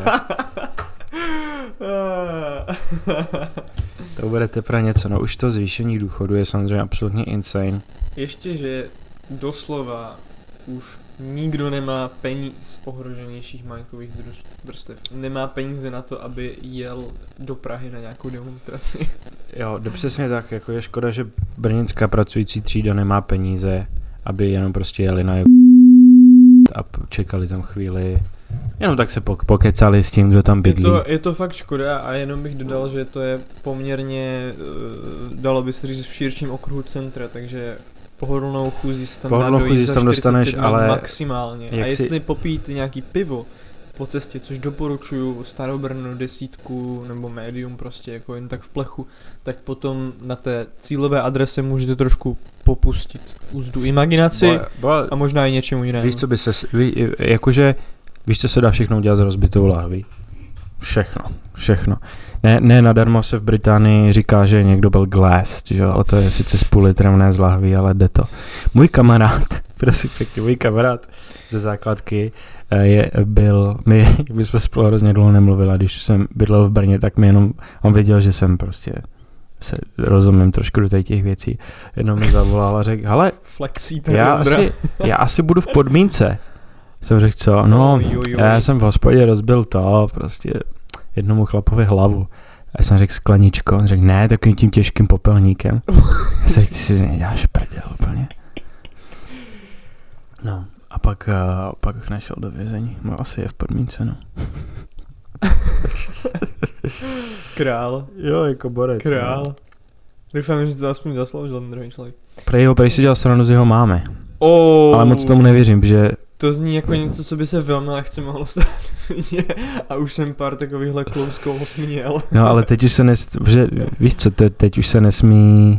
[SPEAKER 1] To bude teprve něco, no už to zvýšení důchodu je samozřejmě absolutně insane.
[SPEAKER 2] Ještě, že doslova už nikdo nemá peníz z ohroženějších majetkových vrstev. Nemá peníze na to, aby jel do Prahy na nějakou demonstraci.
[SPEAKER 1] Jo, to přesně tak, jako je škoda, že brněnská pracující třída nemá peníze, aby jenom prostě jeli na a čekali tam chvíli, jenom tak se pokecali s tím, kdo tam bydlí.
[SPEAKER 2] Je to, je to fakt škoda a jenom bych dodal, že to je poměrně, dalo by se říct, v širším okruhu centra, takže pohodlnou chůzi si tam
[SPEAKER 1] pohodlnou chůzi tam dostaneš, ale
[SPEAKER 2] maximálně. A jestli si... popíte nějaký pivo po cestě, což doporučuju, Starobrno, desítku nebo médium prostě jako jen tak v plechu, tak potom na té cílové adrese můžete trošku popustit úzdu imaginaci bo, bo, a možná i něčemu jinému.
[SPEAKER 1] Víš, co by se, ví, jakože, víš, co se dá všechno udělat s rozbitou láhví? Všechno, všechno. Ne, ne nadarmo se v Británii říká, že někdo byl glassed, že jo, ale to je sice s půl litrem ne z lahví, ale jde to. Můj kamarád, prosím pěkně, můj kamarád ze základky je, byl, my, my jsme spolu hrozně dlouho nemluvili, a když jsem bydlel v Brně, tak mi jenom, on věděl, že jsem prostě se rozumím trošku do těch věcí. Jednou mi zavolal a řekl, hele, já asi, já asi budu v podmínce. Jsem řekl, co? No, jo, jo, jo. Já jsem v hospodě rozbil to, prostě jednomu chlapovi hlavu. A já jsem řekl skleničko, on řekl, ne, takovým tím těžkým popelníkem. Já jsem řekl, ty si neděláš prdel úplně. No, a pak, uh, pak nešel do vězení. No, asi je v podmínce, no.
[SPEAKER 2] Král.
[SPEAKER 1] Jo, jako borec.
[SPEAKER 2] Král. Doufám, že to aspoň zasloužil ten druhý člověk.
[SPEAKER 1] Prej ho, prej si dělal stranu z jeho mámy.
[SPEAKER 2] Oh.
[SPEAKER 1] Ale moc tomu nevěřím, že...
[SPEAKER 2] To zní jako něco, co by se velmi lehce mohlo stát. A už jsem pár takovýchhle klouskou měl.
[SPEAKER 1] No, ale teď už se nes... Že, víš co, te, teď už se nesmí...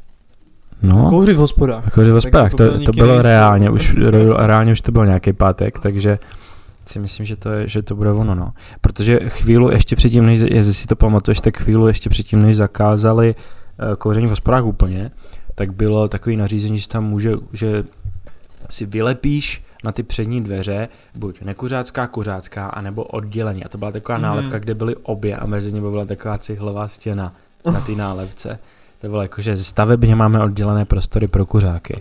[SPEAKER 1] No.
[SPEAKER 2] Kouřit v hospodách.
[SPEAKER 1] Kouřit v hospodách, to, to bylo reálně, už, reálně už to byl nějaký pátek, takže si myslím, že to, je, že to bude ono, no. Protože chvíli ještě předtím, než, jestli si to pamatuješ, tak chvíli ještě předtím, než zakázali uh, kouření v hospodách úplně, tak bylo takový nařízení, že tam může, že si vylepíš na ty přední dveře buď nekuřácká, kuřácká, anebo oddělení. A to byla taková mm. nálepka, kde byly obě a mezi nimi byla taková cihlová stěna na té nálepce. To bylo jako, že stavebně máme oddělené prostory pro kuřáky.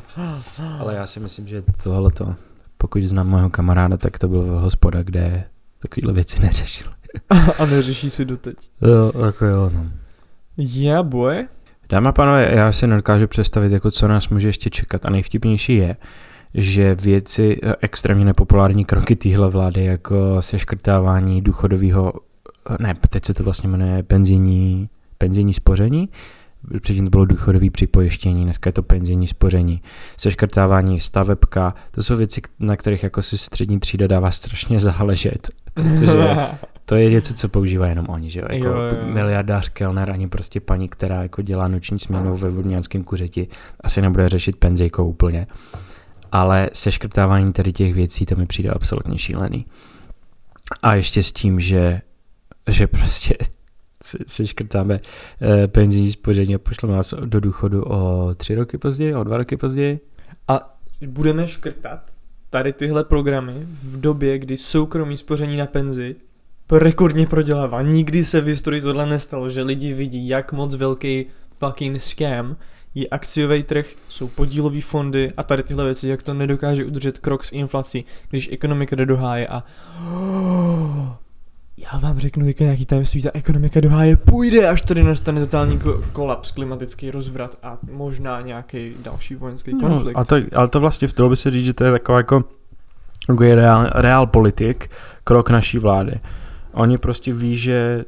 [SPEAKER 1] Ale já si myslím, že tohleto, pokud znám mého kamaráda, tak to byl hospoda, kde takovýhle věci neřešil.
[SPEAKER 2] A neřeší si doteď.
[SPEAKER 1] Jo, jako jo, no.
[SPEAKER 2] Yeah, boy.
[SPEAKER 1] Dámy a pánové, já si nedokážu představit, jako co nás může ještě čekat. A nejvtipnější je, že věci, extrémně nepopulární kroky téhle vlády, jako seškrtávání důchodového, ne, teď se to vlastně jmenuje penzijní, penzijní spoření, předtím to bylo důchodové připojištění, dneska je to penzijní spoření, seškrtávání, stavebka, to jsou věci, na kterých jako si střední třída dává strašně záležet, protože to je něco, co používá jenom oni, že jo, jako
[SPEAKER 2] jo, jo.
[SPEAKER 1] miliardář Kellner, ani prostě paní, která jako dělá noční směnu ve vodňanském kuřeti, asi nebude řešit penzijkou úplně, ale seškrtávání tady těch věcí, to mi přijde absolutně šílený. A ještě s tím, že, že prostě si škrtáme eh, penzijní spoření a pošleme nás do důchodu o tři roky později, o dva roky později.
[SPEAKER 2] A budeme škrtat tady tyhle programy v době, kdy soukromý spoření na penzi rekordně prodělává. Nikdy se v historii tohle nestalo, že lidi vidí, jak moc velký fucking scam je akciový trh, jsou podílové fondy a tady tyhle věci, jak to nedokáže udržet krok s inflací, když ekonomika jde do háje a oh, já vám řeknu teďka nějaký tajemství, ta ekonomika do háje půjde, až tady nastane totální ko- kolaps, klimatický rozvrat a možná nějaký další vojenský konflikt.
[SPEAKER 1] No, a to, ale to vlastně v tom by se říct, že to je taková jako, jako je reál, reál politik, krok naší vlády. Oni prostě ví, že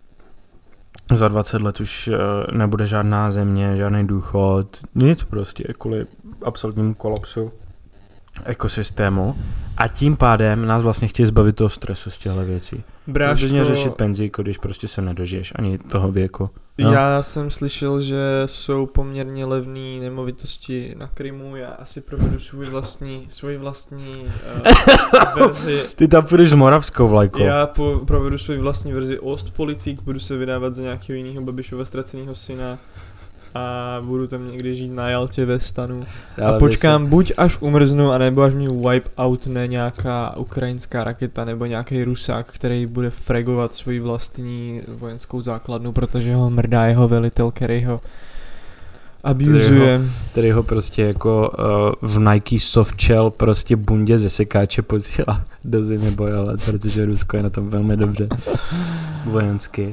[SPEAKER 1] za dvacet let už nebude žádná země, žádný důchod, nic prostě, kvůli absolutnímu kolapsu ekosystému a tím pádem nás vlastně chtějí zbavit toho stresu z těchto věcí.
[SPEAKER 2] Bráško,
[SPEAKER 1] Můžeš řešit penzíko, když prostě se nedožiješ ani toho věku. No?
[SPEAKER 2] Já jsem slyšel, že jsou poměrně levné nemovitosti na Krymu, já asi provedu svůj vlastní, svůj vlastní uh, verzi.
[SPEAKER 1] Ty tam půjdeš s moravskou vlajkou.
[SPEAKER 2] Já po, provedu svůj vlastní verzi Ostpolitik, budu se vydávat za nějakého jiného Babišova ztraceného syna a budu tam někdy žít na Jaltě ve stanu.
[SPEAKER 1] Ale
[SPEAKER 2] A počkám buď až umrznu, anebo až mi wipe outne nějaká ukrajinská raketa nebo nějaký Rusák, který bude fragovat svoji vlastní vojenskou základnu, protože ho mrdá jeho velitel, který ho abuzuje.
[SPEAKER 1] Který ho prostě jako uh, v Nike softshell prostě bundě ze sekáče posílá do zimy bojovat, protože Rusko je na tom velmi dobře vojensky.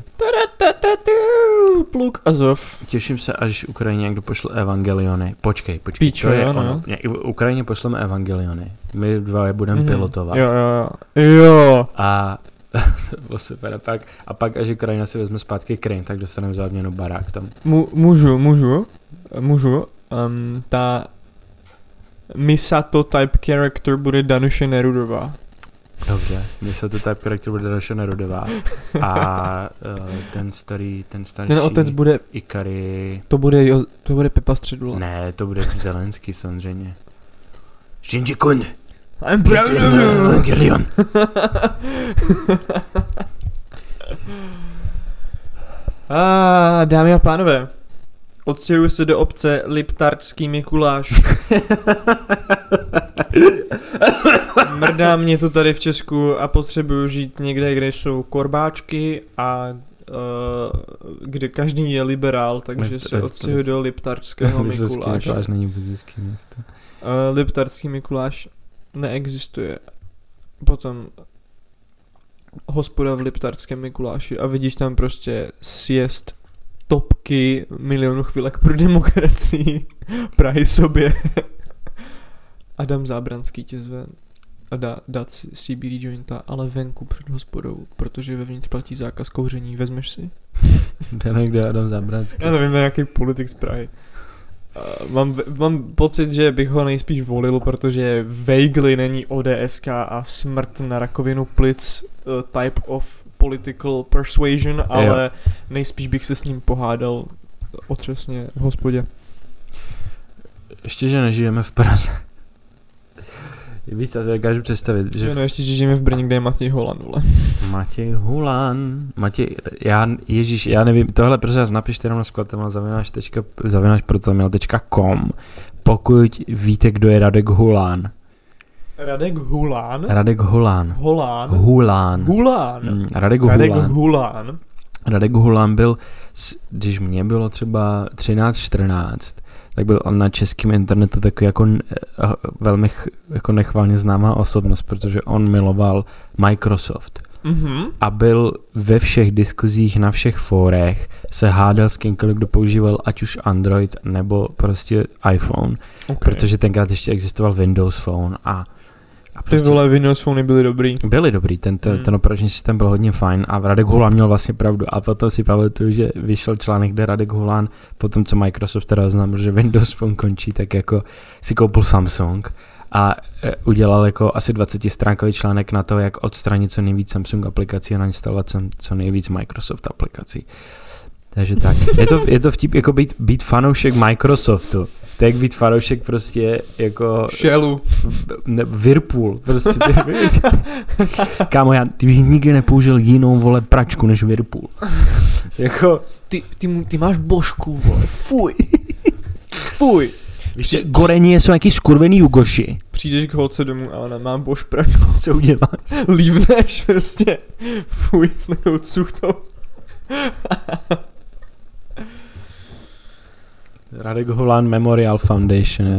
[SPEAKER 2] Pluk Azov.
[SPEAKER 1] Těším se, až Ukrajině někdo pošle evangeliony. Počkej, počkej,
[SPEAKER 2] Píčo,
[SPEAKER 1] to je
[SPEAKER 2] jo,
[SPEAKER 1] ono.
[SPEAKER 2] no.
[SPEAKER 1] Ne, Ukrajině pošleme evangeliony. My dva je budeme
[SPEAKER 2] Mhm.
[SPEAKER 1] pilotovat.
[SPEAKER 2] Jo, jo, jo. Jo.
[SPEAKER 1] A to bylo super. A pak, a pak, až Ukrajina si vezme zpátky Krym, tak dostaneme za odměnu barák tam.
[SPEAKER 2] Mu, můžu, můžu, můžu. Um, ta Misato type character bude Danuše Nerudová.
[SPEAKER 1] Dobře, my se to type character bude Danuše Nerudová. A uh, ten starý, ten starší
[SPEAKER 2] Ten otec bude,
[SPEAKER 1] Ikari...
[SPEAKER 2] to bude, jo, to bude Pepa Středula.
[SPEAKER 1] Ne, to bude Zelenský samozřejmě. Shinji Kun,
[SPEAKER 2] I'm proud of you.
[SPEAKER 1] evangelion.
[SPEAKER 2] A dámy a pánové, odstěhuji se do obce Liptarský Mikuláš. Mrdá mě to tady v Česku a potřebuju žít někde, kde jsou korbáčky a uh, kde každý je liberál, takže se odstěhuji do Liptarského Mikuláše.
[SPEAKER 1] Mikuláš není buddhistický město.
[SPEAKER 2] Uh, Liptarský Mikuláš neexistuje. Potom hospoda v Liptarském Mikuláši a vidíš tam prostě sjezd topky milionu chvilek pro demokracii, Prahy sobě. Adam Zábranský tě zve a dá, dát si C B D jointa, ale venku před hospodou, protože vevnitř platí zákaz kouření, vezmeš si?
[SPEAKER 1] Kde někde Adam Zábranský?
[SPEAKER 2] Já nevím, nějaký politik z Prahy. Uh, mám, mám pocit, že bych ho nejspíš volil, protože vaguely není ODSK a smrt na rakovinu plic uh, type of political persuasion, ale nejspíš bych se s ním pohádal otřesně v hospodě.
[SPEAKER 1] Ještě, že nežijeme v Praze. Víš, to si dokážu představit, že...
[SPEAKER 2] No ještě, že žijeme v Brně, kde je Matěj Holan, vole.
[SPEAKER 1] Matěj Hulan, Matěj, já, ježíš, já nevím, tohle prostě vás napište jenom na skladem zavináš tečka, zavináš protomil tečka com, pokud víte, kdo je Radek Hulan.
[SPEAKER 2] Radek Hulán?
[SPEAKER 1] Radek Hulan.
[SPEAKER 2] Holán?
[SPEAKER 1] Hulan.
[SPEAKER 2] Hulán.
[SPEAKER 1] Mm, Radek
[SPEAKER 2] Radek
[SPEAKER 1] Hulan.
[SPEAKER 2] Hulán.
[SPEAKER 1] Radek Hulan byl, když mě bylo třeba třináct čtrnáct, tak byl on na českém internetu takový jako velmi jako nechvalně známá osobnost, protože on miloval Microsoft.
[SPEAKER 2] Mhm.
[SPEAKER 1] A byl ve všech diskuzích na všech fórech, se hádal s kýmkoliv, kdo používal ať už Android nebo prostě iPhone,
[SPEAKER 2] Okay.
[SPEAKER 1] protože tenkrát ještě existoval Windows Phone a, a
[SPEAKER 2] Ty
[SPEAKER 1] prostě
[SPEAKER 2] vole, Windows Phony byly dobrý.
[SPEAKER 1] byly dobrý, ten, ten,
[SPEAKER 2] Hmm.
[SPEAKER 1] ten operační systém byl hodně fajn a Radek Hulan měl vlastně pravdu a potom si pamatuju, že vyšel článek, kde Radek Hulan, potom co Microsoft teda oznámil, že Windows Phone končí, tak jako si koupil Samsung a e, udělal jako asi dvacetistránkový článek na to, jak odstranit co nejvíc Samsung aplikací a nainstalovat co, co nejvíc Microsoft aplikací. Takže tak. Je to, je to vtip jako být, být fanoušek Microsoftu. To je jak být fanoušek prostě jako...
[SPEAKER 2] Shellu.
[SPEAKER 1] Ne, Whirlpool. Prostě ty víš. Kámo, já bych nikdy nepoužil jinou, vole, pračku než Whirlpool. Jako...
[SPEAKER 2] Ty, ty, ty máš božku, vole. Fuj. Fuj.
[SPEAKER 1] Víš, Goreni jsou nějaký skurvený Jugoši.
[SPEAKER 2] Přijdeš k holce domů a ona má bož pračku.
[SPEAKER 1] Co uděláš?
[SPEAKER 2] Lívneš prostě. Fuj, s takovou cuchtou.
[SPEAKER 1] Radek Hulan Memorial Foundation.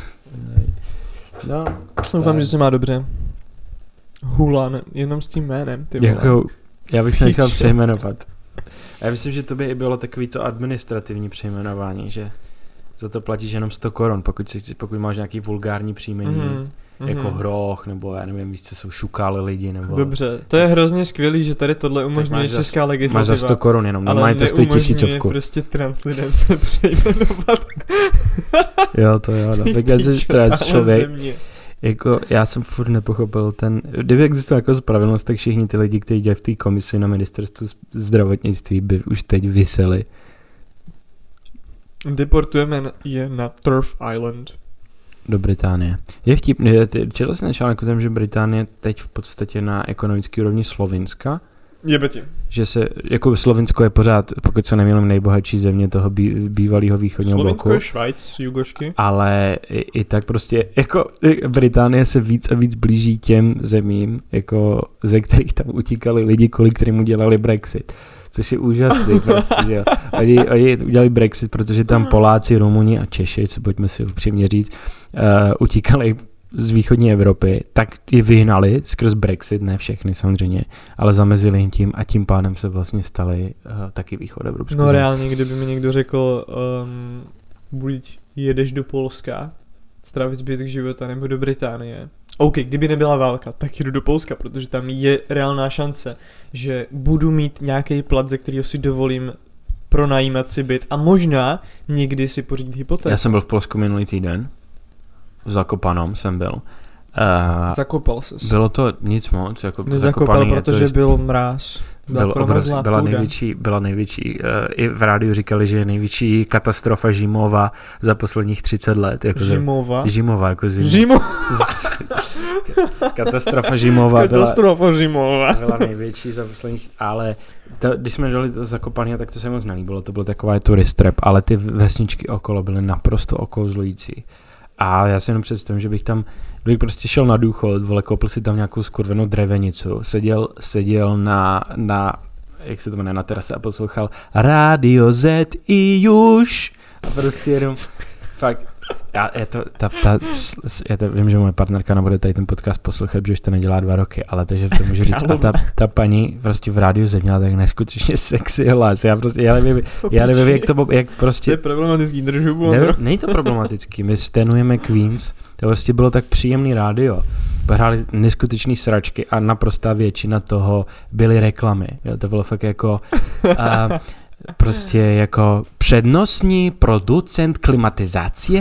[SPEAKER 1] No,
[SPEAKER 2] Doufám, že se má dobře. Hulan, jenom s tím jménem, ty vole.
[SPEAKER 1] jako, já bych se nechal
[SPEAKER 2] Pičo.
[SPEAKER 1] přejmenovat. A já myslím, že to by i bylo takový to administrativní přejmenování, že za to platíš jenom sto korun, pokud, si, pokud máš nějaký vulgární příjmení,
[SPEAKER 2] Mhm,
[SPEAKER 1] jako
[SPEAKER 2] mhm.
[SPEAKER 1] hroch, nebo já nevím, víš, co jsou šukály lidi, nebo...
[SPEAKER 2] Dobře, to je hrozně skvělý, že tady tohle umožňuje
[SPEAKER 1] máš za-
[SPEAKER 2] česká
[SPEAKER 1] Máš
[SPEAKER 2] legislativa.
[SPEAKER 1] za sto korun jenom,
[SPEAKER 2] ale
[SPEAKER 1] normálně to stojí tisícovku.
[SPEAKER 2] neumožňuje prostě trans lidem se přejmenovat.
[SPEAKER 1] Jo, to jo, no. Tak já si
[SPEAKER 2] Pičo,
[SPEAKER 1] trans
[SPEAKER 2] ale
[SPEAKER 1] člověk,
[SPEAKER 2] země.
[SPEAKER 1] jako já jsem furt nepochopil ten, kdyby existovala jako spravedlnost, tak všichni ty lidi, kteří dělají v té komisi na ministerstvu zdravotnictví, by už teď viseli.
[SPEAKER 2] Deportujeme je na Turf Island.
[SPEAKER 1] Do Británie. Je vtipný, že ty četl jsi na článku, že Británie teď v podstatě na ekonomické úrovni Slovinska,
[SPEAKER 2] Jebe ti.
[SPEAKER 1] Že se, jako Slovinsko je pořád, pokud se nemýlím, nejbohatší země toho bí, bývalého východního
[SPEAKER 2] Slovinsko
[SPEAKER 1] bloku.
[SPEAKER 2] je Švajc, Jugošky.
[SPEAKER 1] Ale i, i tak prostě, jako Británie se víc a víc blíží těm zemím, jako ze kterých tam utíkali lidi, kvůli kterým udělali Brexit. Což je úžasný prostě, že jo. Oni, oni udělali Brexit, protože tam Poláci, Rumuni a Češi, co pojďme si upřímně říct, uh, utíkali z východní Evropy, tak je vyhnali skrz Brexit, ne všechny samozřejmě, ale zamezili jim tím a tím pádem se vlastně stali uh, taky východoevropskou.
[SPEAKER 2] No reálně, kdyby mi někdo řekl, um, buď jedeš do Polska, strávit zbytek života, nebo do Británie. OK, kdyby nebyla válka, tak jdu do Polska, protože tam je reálná šance, že budu mít nějaký plat, ze kterého si dovolím pronajímat si byt a možná někdy si pořídit hypotéku.
[SPEAKER 1] Já jsem byl v Polsku minulý týden, v Zakopanom jsem byl. Uh,
[SPEAKER 2] Zakopal ses.
[SPEAKER 1] Bylo to nic moc, jako
[SPEAKER 2] Nezakopal, protože
[SPEAKER 1] je to,
[SPEAKER 2] byl mráz. Byla,
[SPEAKER 1] byl obraz, byla největší, byla největší, uh, i v rádiu říkali, že je největší katastrofa Žimova za posledních třicet let. Jako
[SPEAKER 2] Žimova?
[SPEAKER 1] Za, Žimova, jako zim.
[SPEAKER 2] Žimo...
[SPEAKER 1] Katastrofa Žimova
[SPEAKER 2] Katastrofa
[SPEAKER 1] byla,
[SPEAKER 2] Žimova.
[SPEAKER 1] byla největší za posledních, ale to, když jsme dali do Zakopania, tak to se moc nelíbilo, to byl taková tourist trap, ale ty vesničky okolo byly naprosto okouzlující. A já si jenom představím, že bych tam, kdybych prostě šel na důchod, vole, koupil si tam nějakou skurvenou drevenicu, seděl, seděl na, na, jak se to jmenuje, na terase a poslouchal Radio Z i už. A prostě jenom, fakt, já, je to, ta, ta, já to, vím, že moje partnerka nebude tady ten podcast poslouchat, protože už to nedělá dva roky, ale takže to můžu říct. A ta, ta paní prostě v rádiu Z měla tak neskutečně sexy hlas. Já prostě, já nevím, já nevím, jak to, jak prostě...
[SPEAKER 2] To je problematický, držu.
[SPEAKER 1] Ne, není to problematický, my stenujeme Queens, to prostě bylo tak příjemný rádio. Hráli neskutečný sračky a naprostá většina toho byly reklamy. Jo, to bylo fakt jako... Uh, prostě jako přednostní producent klimatizace.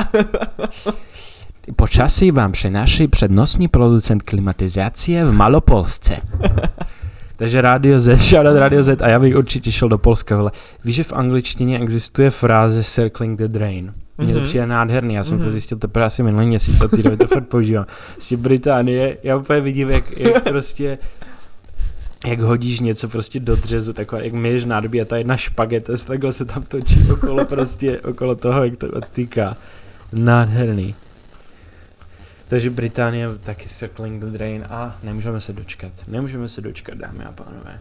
[SPEAKER 1] Počasí vám přináší přednostní producent klimatizace v Malopolsce. Takže Radio Z, shoutout Radio Z a já bych určitě šel do Polska. Vle. Víš, že v angličtině existuje fráze circling the drain. Mně to
[SPEAKER 2] mm-hmm.
[SPEAKER 1] přijde nádherný, já jsem
[SPEAKER 2] mm-hmm.
[SPEAKER 1] to zjistil teprve asi minulý měsíc a týden to fakt používám. Z Británie, já úplně vidím, jak, jak prostě jak hodíš něco prostě do dřezu, takhle, jak myješ nádobí a ta jedna špageta, takhle se tam točí okolo prostě, okolo toho, jak to odtýká. Nádherný. Takže Británie taky circling the drain a nemůžeme se dočkat. Nemůžeme se dočkat, dámy a pánové.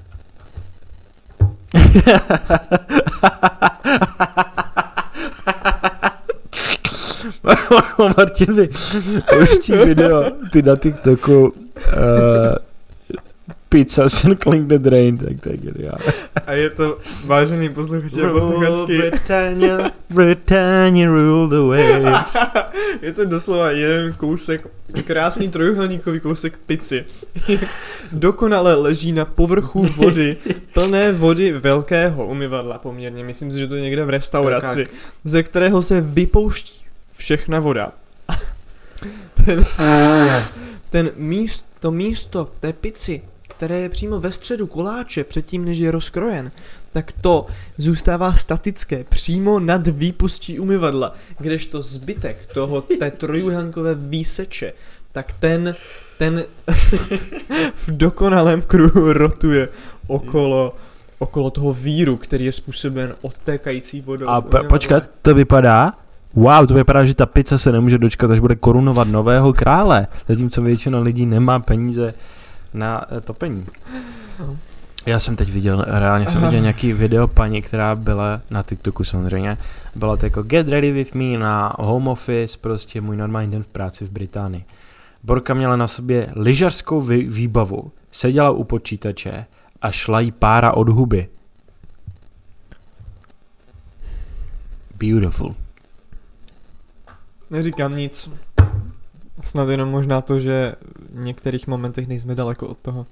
[SPEAKER 1] Martin mi pouští video, ty na TikToku uh, pizza circling the drain, tak to je geniální.
[SPEAKER 2] A je to vážený posluchači a posluchačky.
[SPEAKER 1] Britannia, Britannia rule the waves.
[SPEAKER 2] Je to doslova jeden kousek, krásný trojuhelníkový kousek pici. Dokonale leží na povrchu vody, plné vody velkého umyvadla poměrně. Myslím si, že to je někde v restauraci, ze kterého se vypouští všechna voda. Ten, ten míst, to místo té pici, které je přímo ve středu koláče předtím, než je rozkrojen, tak to zůstává statické přímo nad výpustí umyvadla, kdežto zbytek toho, té trojuhelníkové výseče, tak ten, ten v dokonalém kruhu rotuje okolo, okolo toho víru, který je způsoben odtékající vodou.
[SPEAKER 1] A p- počkat, to vypadá, wow, to vypadá, že ta pizza se nemůže dočkat, až bude korunovat nového krále, zatímco většina lidí nemá peníze na topení. Já jsem teď viděl, reálně jsem viděl nějaký video paní, která byla na TikToku samozřejmě, byla to jako get ready with me na home office, prostě můj normální den v práci v Británii. Borka měla na sobě lyžařskou vý, výbavu, seděla u počítače a šla jí pára od huby. Beautiful.
[SPEAKER 2] Neříkám nic. Snad jenom možná to, že v některých momentech nejsme daleko od toho.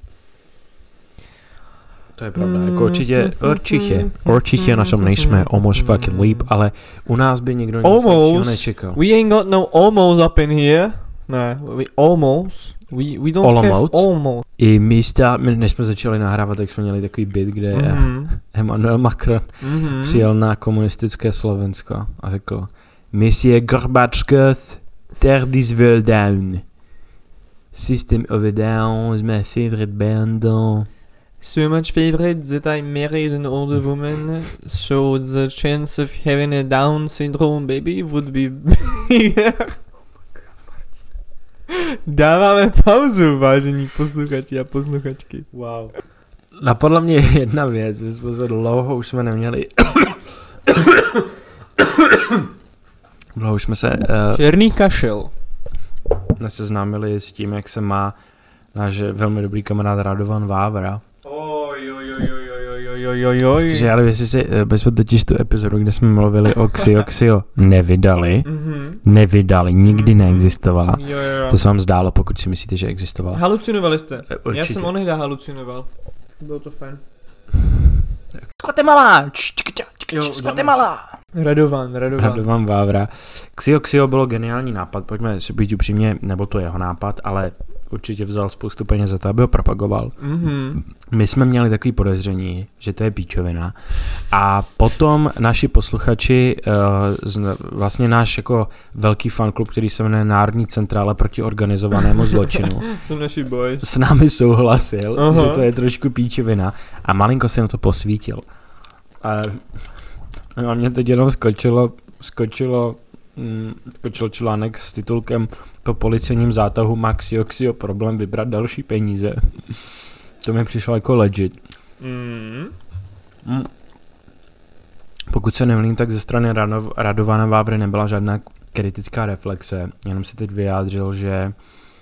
[SPEAKER 1] To je pravda, jako určitě, určitě, určitě na tom nejsme almost fucking leap, ale u nás by nikdo nic lepšího nečekal.
[SPEAKER 2] We ain't got no almost up in here. Ne, we almost, we, we don't
[SPEAKER 1] almost.
[SPEAKER 2] have almost.
[SPEAKER 1] I místa, my než jsme začali nahrávat, tak jsme měli takový bit, kde mm-hmm. Emmanuel Macron mm-hmm. přijel na komunistické Slovensko a řekl Monsieur Gorbačkov, tear this world down. System of a down is my favorite band.
[SPEAKER 2] So much favorite that I married an older woman, so the chance of having a Down syndrome baby would be bigger. Dáváme pauzu, vážení posluchači a posluchačky.
[SPEAKER 1] Wow. Napadla mě jedna věc, my jsme se dlouho už jsme neměli... dlouho už jsme se... Uh,
[SPEAKER 2] Černý kašel.
[SPEAKER 1] neseznámili s tím, jak se má náš velmi dobrý kamarád Radovan Vávra.
[SPEAKER 2] Oj, oj, oj, oj, oj, oj, oj, oj, oj.
[SPEAKER 1] Protože já nevím, jestli si, my jsme totiž tu epizodu, kde jsme mluvili o Xioxio, nevydali.
[SPEAKER 2] Mm-hmm.
[SPEAKER 1] Nevydali, nikdy neexistovala.
[SPEAKER 2] Jo, jo, jo.
[SPEAKER 1] To se vám zdálo, pokud si myslíte, že existovala.
[SPEAKER 2] Halucinovali jste.
[SPEAKER 1] Určitě.
[SPEAKER 2] Já jsem onehda halucinoval. Bylo to fajn.
[SPEAKER 3] Guatemala!
[SPEAKER 1] Jo,
[SPEAKER 3] Guatemala!
[SPEAKER 2] Radovan, Radovan.
[SPEAKER 1] Radovan Vávra. Xioxio bylo geniální nápad, pojďme si být upřímně, nebyl to jeho nápad, ale určitě vzal spoustu peněz za to, aby ho propagoval.
[SPEAKER 2] Mm-hmm.
[SPEAKER 1] My jsme měli takový podezření, že to je píčovina. A potom naši posluchači, uh, vlastně náš jako velký fanklub, který se jmenuje Národní centrála proti organizovanému zločinu,
[SPEAKER 2] Jsou naši boys.
[SPEAKER 1] s námi souhlasil,
[SPEAKER 2] Aha.
[SPEAKER 1] že to je trošku píčovina. A malinko si na to posvítil. A a mě teď jenom skočilo, skočilo, mm, skočil článek s titulkem Po policejním zátahu má Xioxio problém vybrat další peníze. To mi přišlo jako legit.
[SPEAKER 2] Mm.
[SPEAKER 1] Mm. Pokud se nemýlím, tak ze strany Radov, Radovana Vávry nebyla žádná kritická reflexe, jenom si teď vyjádřil, že,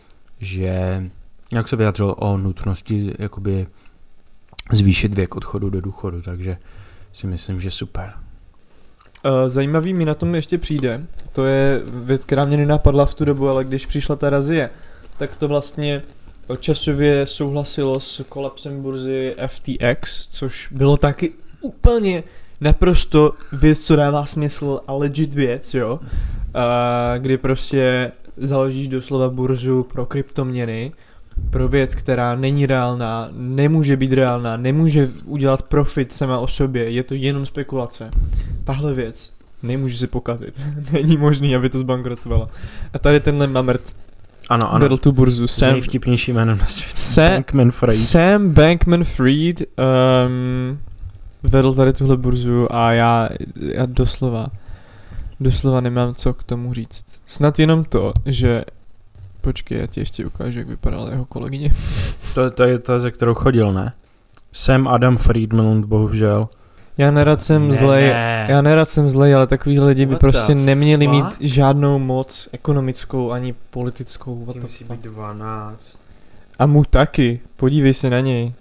[SPEAKER 1] že jak se vyjádřil o nutnosti jakoby zvýšit věk odchodu do důchodu, takže si myslím, že super.
[SPEAKER 2] Zajímavý mi na tom ještě přijde, to je věc, která mě nenapadla v tu dobu, ale když přišla ta razie, tak to vlastně časově souhlasilo s kolapsem burzy F T X, což bylo taky úplně naprosto věc, co dává smysl a legit věc, jo, a kdy prostě založíš doslova burzu pro kryptoměny, pro věc, která není reálná, nemůže být reálná, nemůže udělat profit sama o sobě, je to jenom spekulace. Tahle věc nemůže se pokazit. Není možný, aby to zbankrotovalo. A tady tenhle mamrt
[SPEAKER 1] Ano, ano.
[SPEAKER 2] vedl tu burzu.
[SPEAKER 1] S
[SPEAKER 2] Sam,
[SPEAKER 1] nejvtipnějším jménem na světě.
[SPEAKER 2] Sam,
[SPEAKER 1] Bankman-Fried.
[SPEAKER 2] Sam Bankman-Fried um, vedl tady tuhle burzu a já, já doslova, doslova nemám co k tomu říct. Snad jenom to, že počkej, já ti ještě ukážu, jak vypadala jeho kolegyně.
[SPEAKER 1] To, to je ta, ze kterou chodil, ne? Sam Adam Friedman, bohužel.
[SPEAKER 2] Já nerad jsem zlej, já nerad jsem zlej, ale takový lidi by
[SPEAKER 1] What
[SPEAKER 2] prostě
[SPEAKER 1] the
[SPEAKER 2] neměli
[SPEAKER 1] fuck?
[SPEAKER 2] mít žádnou moc ekonomickou ani politickou. What the
[SPEAKER 1] Musí
[SPEAKER 2] fuck.
[SPEAKER 1] být dvanáct.
[SPEAKER 2] A mu taky, podívej se na něj.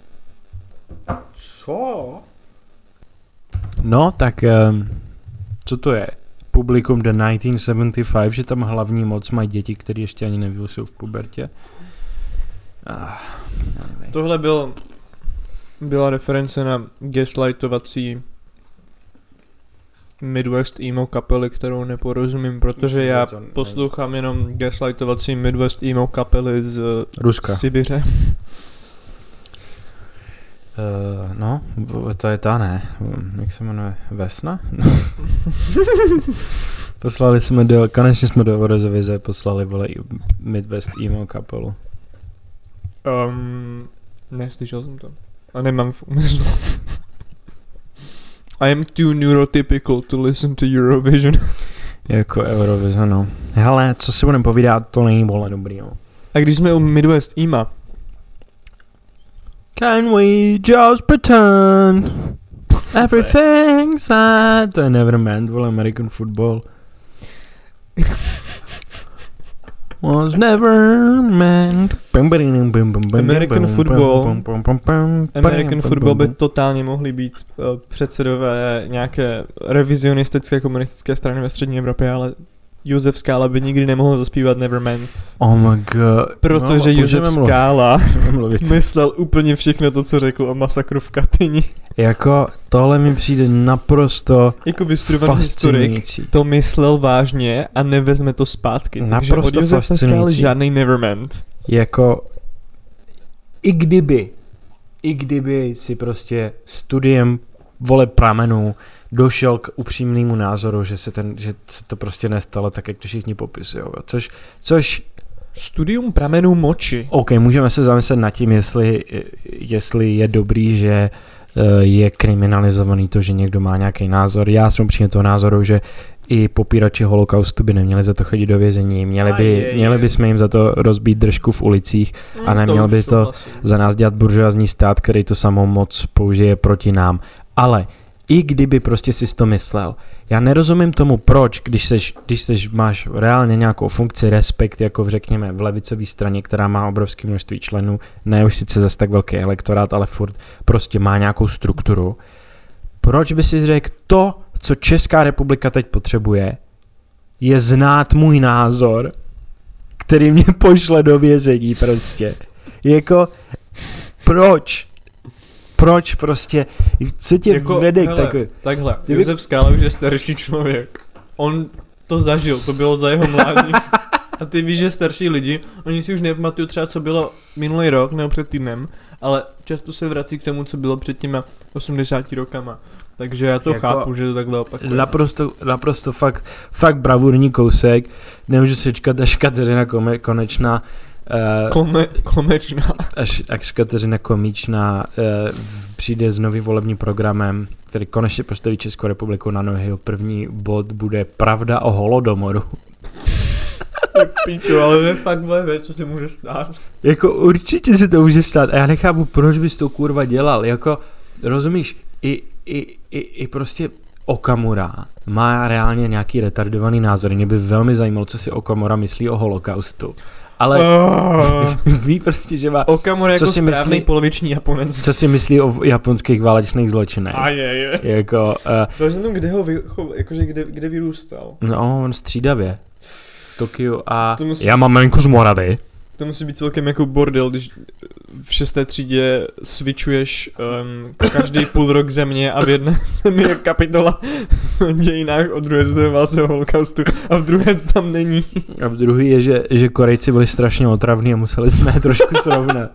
[SPEAKER 1] Co? No, tak um, co to je? Publikum The devatenáct set padesát pět, že tam hlavní moc mají děti, které ještě ani neví, jsou v pubertě. Ah,
[SPEAKER 2] Tohle byl, byla reference na gaslightovací Midwest emo kapely, kterou neporozumím, protože já poslouchám jenom gaslightovací Midwest emo kapely z
[SPEAKER 1] Ruska.
[SPEAKER 2] Sibiře.
[SPEAKER 1] Uh, no, v- to je ta, ne? Jak se jmenuje? Vesna? Poslali jsme do, konečně jsme do Eurovize poslali, vole, Midwest emo kapelu.
[SPEAKER 2] Um, neslyšel jsem to. A nemám v úmyslu. I am too neurotypical to listen to Eurovision.
[SPEAKER 1] Jako Eurovize, no. Hele, co si budeme povídat, to není, vole, dobrý, no.
[SPEAKER 2] A když jsme u Midwest ema,
[SPEAKER 1] Can we just pretend everything's that to never meant, vole, American football was never meant.
[SPEAKER 2] American football American football by totálně mohly být uh, předsedové nějaké revizionistické komunistické strany ve střední Evropě, ale Josef Skála by nikdy nemohl zaspívat Nevermind.
[SPEAKER 1] Oh my god.
[SPEAKER 2] Protože
[SPEAKER 1] no,
[SPEAKER 2] Josef
[SPEAKER 1] mluvit.
[SPEAKER 2] Skála
[SPEAKER 1] mluvit.
[SPEAKER 2] myslel úplně všechno to, co řekl o masakru v Katyni.
[SPEAKER 1] Jako tohle mi přijde naprosto
[SPEAKER 2] Jako vystudovaný historik
[SPEAKER 1] fascinující.
[SPEAKER 2] to myslel vážně a nevezme to zpátky. Takže od
[SPEAKER 1] Naprosto
[SPEAKER 2] Josefa Skály
[SPEAKER 1] fascinující.
[SPEAKER 2] žádný Nevermind.
[SPEAKER 1] Jako i kdyby, i kdyby si prostě studiem, vole, pramenů došel k upřímnému názoru, že se, ten, že se to prostě nestalo tak, jak to všichni popisují. Což, což
[SPEAKER 2] Studium pramenů moči.
[SPEAKER 1] OK, můžeme se zamyslet nad tím, jestli, jestli je dobrý, že je kriminalizovaný to, že někdo má nějaký názor. Já jsem přijde toho názoru, že i popírači holokaustu by neměli za to chodit do vězení. Měli, by, je, je. měli bychom jim za to rozbít držku v ulicích a neměl by to vlastně za nás dělat buržoazní stát, který to samou moc použije proti nám. Ale i kdyby prostě si to myslel, já nerozumím tomu, proč, když seš, když seš, máš reálně nějakou funkci, respekt, jako v, řekněme v levicové straně, která má obrovské množství členů, ne už sice zase tak velký elektorát, ale furt prostě má nějakou strukturu. Proč by si řekl, to, co Česká republika teď potřebuje, je znát můj názor, který mě pošle do vězení prostě. Jako, proč? Proč prostě, co tě jako, vede k takový?
[SPEAKER 2] Takhle, Josef Skála už je starší člověk. On to zažil, to bylo za jeho mládí. A ty víš, že starší lidi, oni si už nepamatují třeba, co bylo minulý rok nebo před týdnem, ale často se vrací k tomu, co bylo před těma osmdesáti rokama. Takže já to jako chápu, že to takhle opakuje.
[SPEAKER 1] Naprosto, naprosto fakt, fakt bravurní kousek. Nemůžu se čekat, až Kateřina Kome, konečná Uh,
[SPEAKER 2] Kome, komečná.
[SPEAKER 1] Až, až Kateřina Komičná uh, přijde s novým volebním programem, který konečně postaví Českou republiku na nohy. Jeho první bod bude Pravda o holodomoru.
[SPEAKER 2] Píču, ale je fakt věc, co se může stát.
[SPEAKER 1] Jako určitě se to může stát a já nechápu, proč bys to kurva dělal. Jako, rozumíš, i, i, i, i prostě Okamura má reálně nějaký retardovaný názor. Mě by velmi zajímalo, co si Okamura myslí o holokaustu. Ale oh. ví prostě, že má...
[SPEAKER 2] Okamura jako správný myslí, poloviční Japonec.
[SPEAKER 1] Co si myslí o japonských válečných zločinech.
[SPEAKER 2] A je, je.
[SPEAKER 1] Jako... Uh,
[SPEAKER 2] Záleží tom, kde ho vy, jakože kde, kde vyrůstal.
[SPEAKER 1] No, on střídavě. V Tokiu a...
[SPEAKER 2] Musí,
[SPEAKER 1] já mám maminko z Moravy.
[SPEAKER 2] To musí být celkem jako bordel, když v šesté třídě switchuješ um, každý půl rok země a v jedné zemi je kapitola v dějinách o druhé světové válce o holokaustu a v druhé tam není.
[SPEAKER 1] A v druhé je, že, že Korejci byli strašně otravní a museli jsme je trošku srovnat.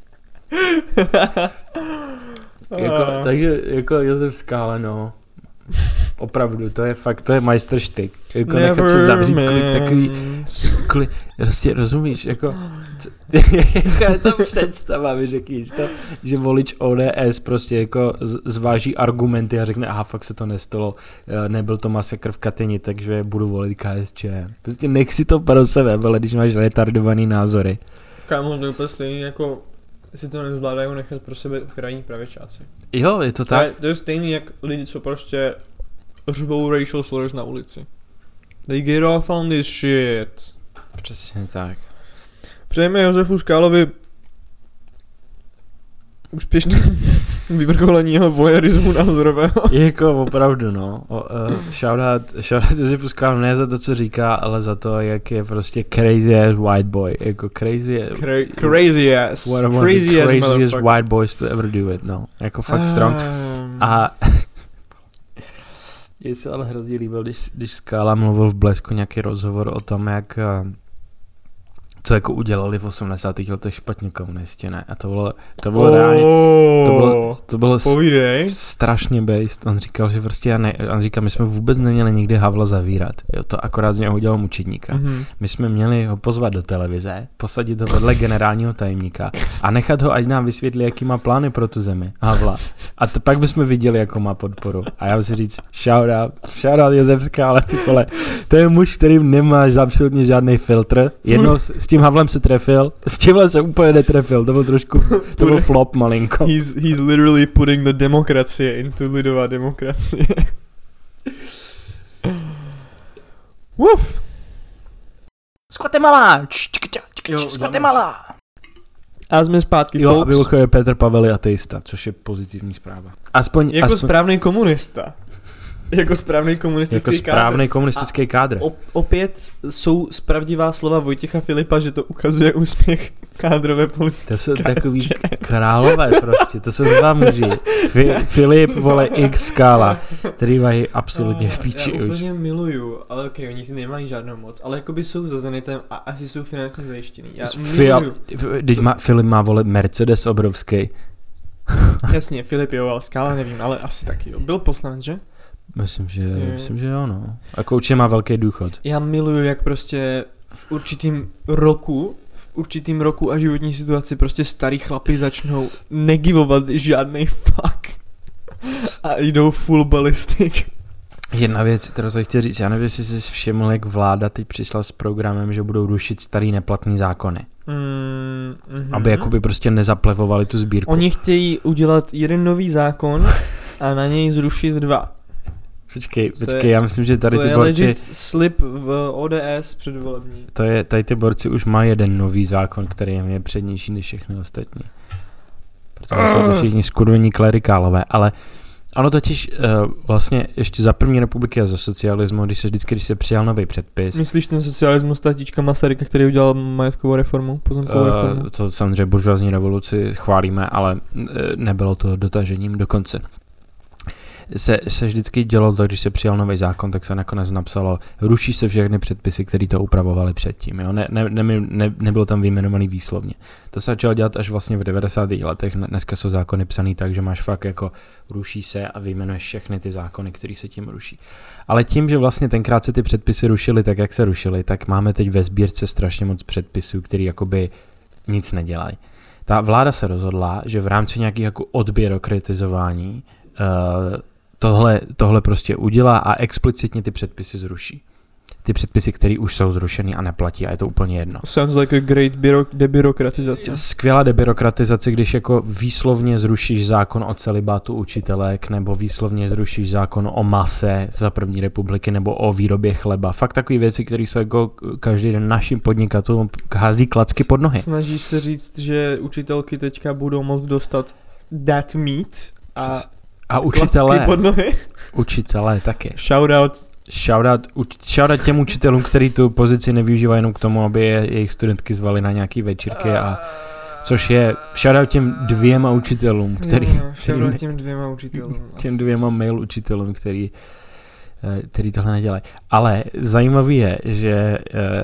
[SPEAKER 1] jako, takže jako Josef Skála, no. Opravdu, to je fakt, to je majstrštyk. Jako
[SPEAKER 2] Never
[SPEAKER 1] nechat se zavřít klid, takový klid, prostě rozumíš, jako, jaká je to představa, mi řekni to, že volič O D S prostě jako zváží argumenty a řekne, aha, fakt se to nestalo, nebyl to masakr v Katyni, takže budu volit K S Č. Prostě nech si to pro sebe, ale když máš retardovaný názory.
[SPEAKER 2] Kámo, to je úplně stejný, jako si to nezvládají nechat pro sebe krajní pravěčáci.
[SPEAKER 1] Jo, je to tak.
[SPEAKER 2] To je, to je stejný, jak lidi, co prostě řvou racial slurs na ulici. They get off on this shit.
[SPEAKER 1] Přesně tak.
[SPEAKER 2] Přejeme Josefu Skálovi úspěšné vyvrcholení jeho voyeurismu názorového.
[SPEAKER 1] Jako opravdu, no. O, uh, shoutout, shoutout Josefu Skálovi ne za to, co říká, ale za to, jak je prostě crazy ass white boy. Jako crazy ass.
[SPEAKER 2] Cra- crazy ass.
[SPEAKER 1] One of crazy the craziest white boys to ever do it, no. Jako fakt strong. Um. A je se ale hrozně líbil, když, když Skála mluvil v Blesku nějaký rozhovor o tom, jak co jako udělali v osmdesátých letech špatně komunisti, ne? A to bylo, to bylo oh, reálně, to bylo, to bylo
[SPEAKER 2] povídej.
[SPEAKER 1] strašně based. On říkal, že prostě, já ne, on říkal, my jsme vůbec neměli nikdy Havla zavírat, jo, to akorát z něho udělal mučedníka. Mm-hmm. My jsme měli ho pozvat do televize, posadit ho vedle generálního tajemníka a nechat ho, ať nám vysvětlí, jaký má plány pro tu zemi, Havla. A to pak bychom viděli, jakou má podporu. A já musím říct, shout out, shout out Josef Skála, ty vole. To je muž, který nemá absolutně žádný filtr. Jednou s, s tím Havlem se trefil, s tímhle se úplně netrefil, to byl trošku, to byl flop malinko.
[SPEAKER 2] He's, he's literally putting the demokracie into lidová demokracie. Woof!
[SPEAKER 3] Z Guatemala! Z Guatemala!
[SPEAKER 2] A jsme zpátky,
[SPEAKER 1] jo,
[SPEAKER 2] folks.
[SPEAKER 1] Jo, a byl Petr Pavel je ateista, což je pozitivní zpráva. Aspoň,
[SPEAKER 2] jako
[SPEAKER 1] aspoň...
[SPEAKER 2] správný komunista. Jako správný komunistický
[SPEAKER 1] jako správný komunistický kádr.
[SPEAKER 2] Op- opět jsou spravdivá slova Vojtěcha Filipa, že to ukazuje úspěch kádrové politiky.
[SPEAKER 1] To jsou takový králové prostě, to jsou dva muži. Fi- Filip, vole, X Skála, který mají absolutně v píči už.
[SPEAKER 2] Já úplně miluju, ale okej, okay, oni si nemají žádnou moc, ale jakoby jsou za Zenitem a asi jsou finančně zajištěný. Já miluju.
[SPEAKER 1] Fia- má, Filip má, vole, Mercedes obrovský.
[SPEAKER 2] Jasně, Filip jo, ale Skála nevím, ale asi taky jo. Byl poslanec, že?
[SPEAKER 1] Myslím, že, je. myslím, že jo, no. A určitě má velký důchod.
[SPEAKER 2] Já miluju, jak prostě v určitým roku, v určitým roku a životní situaci prostě starý chlapi začnou negivovat žádnej fuck a jdou full ballistic.
[SPEAKER 1] Jedna věc, kterou jsem chtěl říct, já nevím, jestli jsi všiml, jak vláda teď přišla s programem, že budou rušit starý neplatný zákony.
[SPEAKER 2] Mm, mm-hmm.
[SPEAKER 1] Aby jakoby prostě nezaplevovali tu sbírku.
[SPEAKER 2] Oni chtějí udělat jeden nový zákon a na něj zrušit dva.
[SPEAKER 1] Počkej,
[SPEAKER 2] To
[SPEAKER 1] počkej,
[SPEAKER 2] je-
[SPEAKER 1] já myslím, že tady
[SPEAKER 2] To
[SPEAKER 1] ty
[SPEAKER 2] je
[SPEAKER 1] borci,
[SPEAKER 2] legit slib v O D S předvolební.
[SPEAKER 1] to je, tady ty borci už mají jeden nový zákon, který je přednější než všechny ostatní. Protože jsou to všichni skurvení klerikálové, ale ano, totiž uh, vlastně ještě za první republiky a za socialismu, když se vždycky, když se přijal nový předpis,
[SPEAKER 2] Myslíš ten socialismus tatička Masaryka, který udělal majetkovou reformu, pozemkovou reformu?
[SPEAKER 1] uh, to samozřejmě buržoazní revoluci chválíme, ale uh, nebylo to dotažením do konce. Se, se vždycky dělalo to, když se přijal nový zákon, tak se nakonec napsalo, ruší se všechny předpisy, které to upravovaly předtím. Jo? Ne, ne, ne, ne, nebylo tam vyjmenovaný výslovně. To se začalo dělat až vlastně v devadesátých letech. Dneska jsou zákony psaný tak, že máš fakt jako ruší se a vyjmenuješ všechny ty zákony, které se tím ruší. Ale tím, že vlastně tenkrát se ty předpisy rušily tak, jak se rušily, tak máme teď ve sbírce strašně moc předpisů, který jakoby nic nedělají. Ta vláda se rozhodla, že v rámci nějakých jako odbyrokratizování uh, Tohle, tohle prostě udělá a explicitně ty předpisy zruší. Ty předpisy, které už jsou zrušený a neplatí a je to úplně jedno.
[SPEAKER 2] Sounds like a great bureau- debyrokratizace.
[SPEAKER 1] Skvělá debyrokratizace, když jako výslovně zrušíš zákon o celibátu učitelek nebo výslovně zrušíš zákon o mase za první republiky nebo o výrobě chleba. Fakt takové věci, které se jako každý den našim podnikatelům hází klacky pod nohy.
[SPEAKER 2] Snažíš se říct, že učitelky teďka budou moct dostat that meat a
[SPEAKER 1] A učitelé,
[SPEAKER 2] klacky pod nohy?
[SPEAKER 1] učitelé taky.
[SPEAKER 2] Shoutout.
[SPEAKER 1] Shoutout, shoutout těm učitelům, kteří tu pozici nevyužívají jenom k tomu, aby je, jejich studentky zvali na nějaký večírky a což je shoutout těm dvěma učitelům, který,
[SPEAKER 2] no,
[SPEAKER 1] který
[SPEAKER 2] shoutout
[SPEAKER 1] ne,
[SPEAKER 2] těm dvěma učitelům.
[SPEAKER 1] těm dvěma mail učitelům, který, který tohle nedělají. Ale zajímavý je, že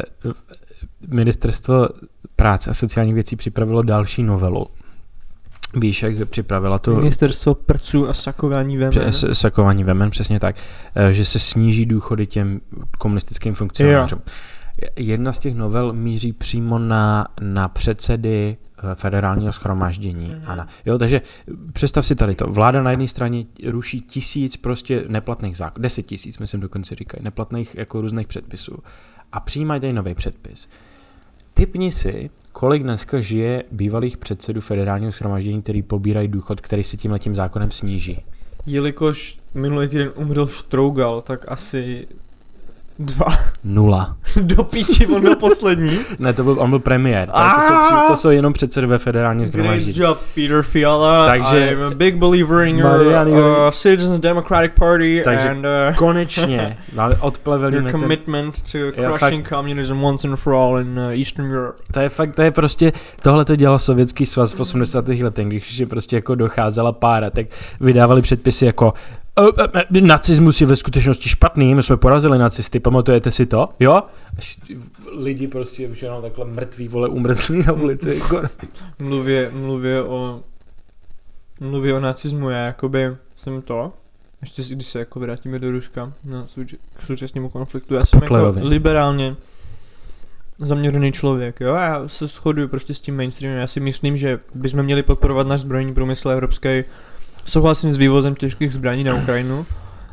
[SPEAKER 1] Ministerstvo práce a sociálních věcí připravilo další novelu. Víš, jak připravila to...
[SPEAKER 2] Ministerstvo prců a sakování vemen.
[SPEAKER 1] S, sakování vemen, přesně tak. Že se sníží důchody těm komunistickým funkcionářům. Jedna z těch novel míří přímo na, na předsedy federálního shromáždění. Mm-hmm. Ana. Jo, takže představ si tady to. Vláda na jedné straně ruší tisíc prostě neplatných zákonů, deset tisíc, myslím dokonce říkají, neplatných jako různých předpisů. A přijímají tady nový předpis. Tipni si, kolik dneska žije bývalých předsedů federálního shromáždění, který pobírají důchod, který se tímhletím zákonem sníží.
[SPEAKER 2] Jelikož minulý týden umřel Štrougal, tak asi dva.
[SPEAKER 1] Nula.
[SPEAKER 2] Do píči, on byl poslední.
[SPEAKER 1] Ne, to byl, on byl premiér. To jsou, to jsou jenom předsedové federálního shromáždění.
[SPEAKER 2] Great job, Peter Fiala.
[SPEAKER 1] Takže
[SPEAKER 2] I'm a big believer in your
[SPEAKER 1] Mariany,
[SPEAKER 2] uh, Citizens Democratic Party
[SPEAKER 1] takže
[SPEAKER 2] and uh,
[SPEAKER 1] konečně odpleveli
[SPEAKER 2] your
[SPEAKER 1] na ten...
[SPEAKER 2] commitment to
[SPEAKER 1] Jo,
[SPEAKER 2] crushing
[SPEAKER 1] fakt.
[SPEAKER 2] communism once and for all in uh, Eastern Europe.
[SPEAKER 1] To je fakt, to je prostě, tohle to dělal Sovětský svaz v osmdesátých letech, když je prostě jako docházela pára, tak vydávali předpisy jako o, o, nacismus je ve skutečnosti špatný, my jsme porazili nacisty, pamatujete si to? Jo? Až lidi prostě už jenom takhle mrtví, vole, umrzlí na ulici. Jako.
[SPEAKER 2] Mluvě, mluvě o mluvě o nacismu, já jakoby jsem to, ještě když se jako vrátíme do Ruska na souč- k současnému konfliktu, já jsem jako
[SPEAKER 1] Poklerovi.
[SPEAKER 2] liberálně zaměřený člověk, jo, já se shoduju prostě s tím mainstreamem, já si myslím, že bychom měli podporovat náš zbrojní průmysl evropský, souhlasím s vývozem těžkých zbraní na Ukrajinu,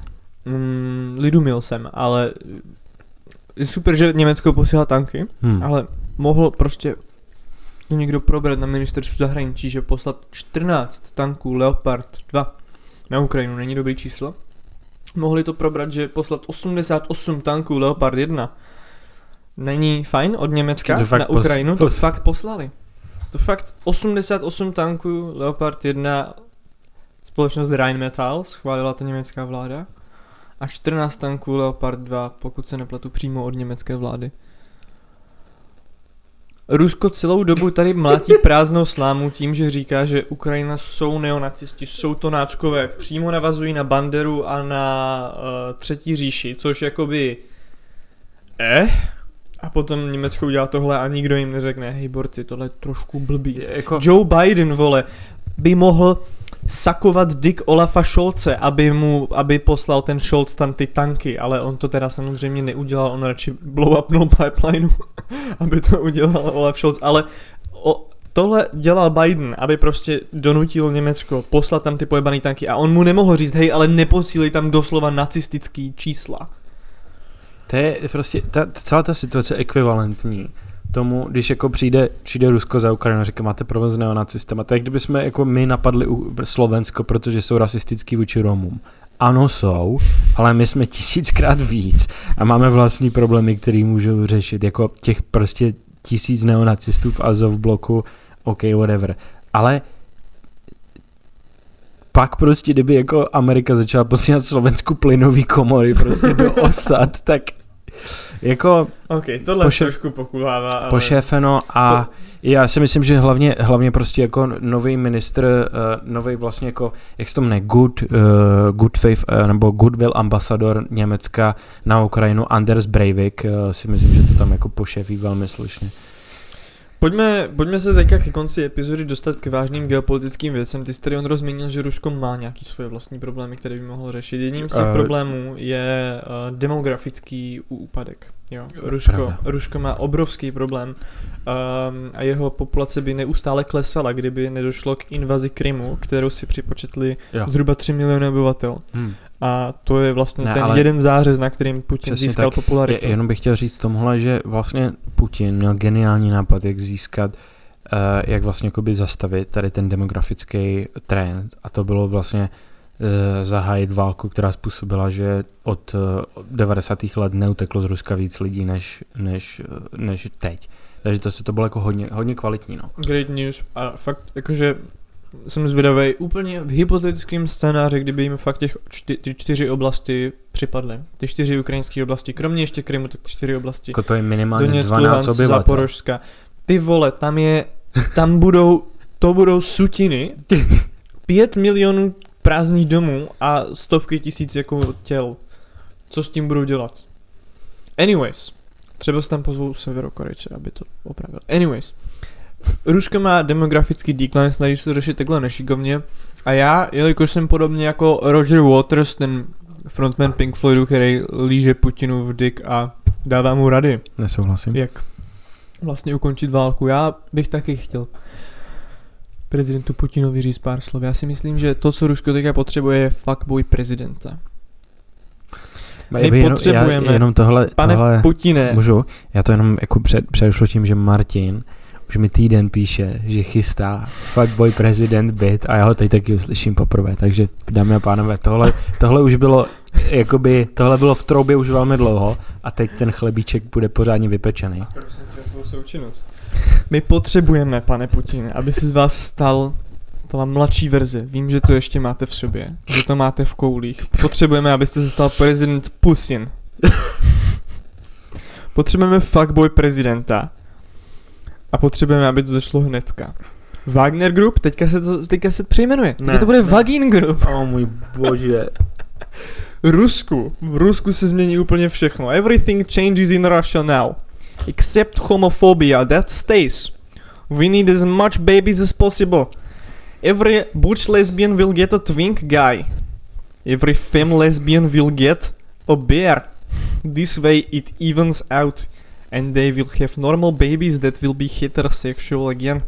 [SPEAKER 2] mm, lidumil jsem, ale je super, že Německo posílá tanky,
[SPEAKER 1] Hmm.
[SPEAKER 2] ale mohl prostě to někdo probrat na ministerstvu zahraničí, že poslat čtrnáct tanků Leopard dva na Ukrajinu není dobrý číslo. Mohli to probrat, že poslat osmdesát osm tanků Leopard jedna není fajn od Německa
[SPEAKER 1] To fakt
[SPEAKER 2] na Ukrajinu,
[SPEAKER 1] pos-
[SPEAKER 2] to fakt poslali. To fakt osmdesát osm tanků Leopard jedna společnost Rheinmetall, schválila to německá vláda, a čtrnáct tanků Leopard dva, pokud se nepletu, přímo od německé vlády. Rusko celou dobu tady mlátí prázdnou slámu tím, že říká, že Ukrajina jsou neonacisti, jsou to náckové, přímo navazují na Banderu a na uh, Třetí říši, což jakoby eh? A potom Německo udělá tohle a nikdo jim neřekne, hej borci, tohle je trošku blbý.
[SPEAKER 1] Je, jako...
[SPEAKER 2] Joe Biden, vole, by mohl sakovat dick Olafa Scholze, aby mu, aby poslal ten Scholz tam ty tanky, ale on to teda samozřejmě neudělal, on radši blow upnul pipeline, aby to udělal Olaf Scholz, ale o, tohle dělal Biden, aby prostě donutil Německo poslat tam ty pojebaný tanky a on mu nemohl říct, hej, ale neposílej tam doslova nacistický čísla.
[SPEAKER 1] To je prostě, ta, celá ta situace je ekvivalentní tomu, když jako přijde, přijde Rusko za Ukrajinu a říká, máte problém s neonacistama, tak kdyby jsme jako my napadli Slovensko, protože jsou rasistický vůči Romům. Ano, jsou, ale my jsme tisíckrát víc a máme vlastní problémy, které můžou řešit, jako těch prostě tisíc neonacistů v Azov bloku, ok, whatever. Ale pak prostě, kdyby jako Amerika začala posílat Slovensku plynový komory prostě do osad, tak jako
[SPEAKER 2] ok, tohle
[SPEAKER 1] poše-
[SPEAKER 2] trošku pokulává, ale...
[SPEAKER 1] pošéfeno a já si myslím, že hlavně, hlavně prostě jako nový ministr, uh, nový vlastně jako, jak se to jmenuje, good, uh, good faith, uh, nebo goodwill ambasador Německa na Ukrajinu, Anders Breivik, uh, si myslím, že to tam jako pošéfí velmi slušně.
[SPEAKER 2] Pojďme, pojďme se teďka ke konci epizody dostat k vážným geopolitickým věcem. Ty jsi tady on rozmínil, že Rusko má nějaký svoje vlastní problémy, které by mohlo řešit. Jedním z těch uh, problémů je uh, demografický úpadek. Jo. Rusko, Rusko má obrovský problém um, a jeho populace by neustále klesala, kdyby nedošlo k invazi Krymu, kterou si připočetli jo. zhruba tři miliony obyvatel. Hmm. A to je vlastně ne, ten jeden zářez, na kterým Putin získal tak, popularitu.
[SPEAKER 1] Je, jenom bych chtěl říct tomuhle, že vlastně Putin měl geniální nápad, jak získat, uh, jak vlastně jakoby zastavit tady ten demografický trend. A to bylo vlastně uh, zahájit válku, která způsobila, že od uh, devadesátých let neuteklo z Ruska víc lidí než, než, uh, než teď. Takže to, se, to bylo jako hodně, hodně kvalitní. No.
[SPEAKER 2] Great news. A fakt jakože jsem zvědavý úplně v hypotetickém scénáři, kdyby jim fakt těch čty, ty čtyři oblasti připadly. Ty čtyři ukrajinské oblasti, kromě ještě Krymu, tak čtyři oblasti.
[SPEAKER 1] Jako to je minimálně
[SPEAKER 2] Doněck,
[SPEAKER 1] dvanáct
[SPEAKER 2] Luhansk,
[SPEAKER 1] obyvatel.
[SPEAKER 2] Zaporožska. Ty vole, tam je, tam budou, to budou sutiny, pět milionů prázdných domů a stovky tisíc jako těl. Co s tím budou dělat? Anyways, třeba se tam pozvou Severokorejce, aby to opravil. Anyways. Rusko má demografický decline, snaží se řešit takhle nešikovně a já, jelikož jsem podobně jako Roger Waters, ten frontman Pink Floydu, který líže Putinu v dick a dává mu rady.
[SPEAKER 1] Nesouhlasím.
[SPEAKER 2] Jak vlastně ukončit válku. Já bych taky chtěl prezidentu Putinovi říct pár slov. Já si myslím, že to, co Rusko teďka potřebuje, je fuckboy prezidenta. My
[SPEAKER 1] jenom,
[SPEAKER 2] potřebujeme,
[SPEAKER 1] já, jenom tohle,
[SPEAKER 2] pane
[SPEAKER 1] tohle,
[SPEAKER 2] Putine.
[SPEAKER 1] Můžu? Já to jenom jako před, přešlo tím, že Martin už mi týden píše, že chystá fuckboy prezident bit a já ho teď taky uslyším poprvé, takže dámy a pánové, tohle, tohle už bylo, jakoby, tohle bylo v troubě už velmi dlouho a teď ten chlebíček bude pořádně vypečený.
[SPEAKER 2] Prosím tě o tvou součinnost. My potřebujeme, pane Putin, aby si z vás stal stala mladší verze. Vím, že to ještě máte v sobě, že to máte v koulích. Potřebujeme, abyste se stal prezident Putin. Potřebujeme fuckboy prezidenta. A potřebujeme, aby to zašlo hnedka. Wagner Group, teďka se to teďka se přejmenuje. Teďka to bude ne. Vagin Group.
[SPEAKER 1] O můj bože.
[SPEAKER 2] Rusku. V Rusku se změní úplně všechno. Everything changes in Russia now. Except homophobia, that stays. We need as much babies as possible. Every butch lesbian will get a twink guy. Every femme lesbian will get a bear. This way it evens out. And they will have normal babies that will be heterosexual again.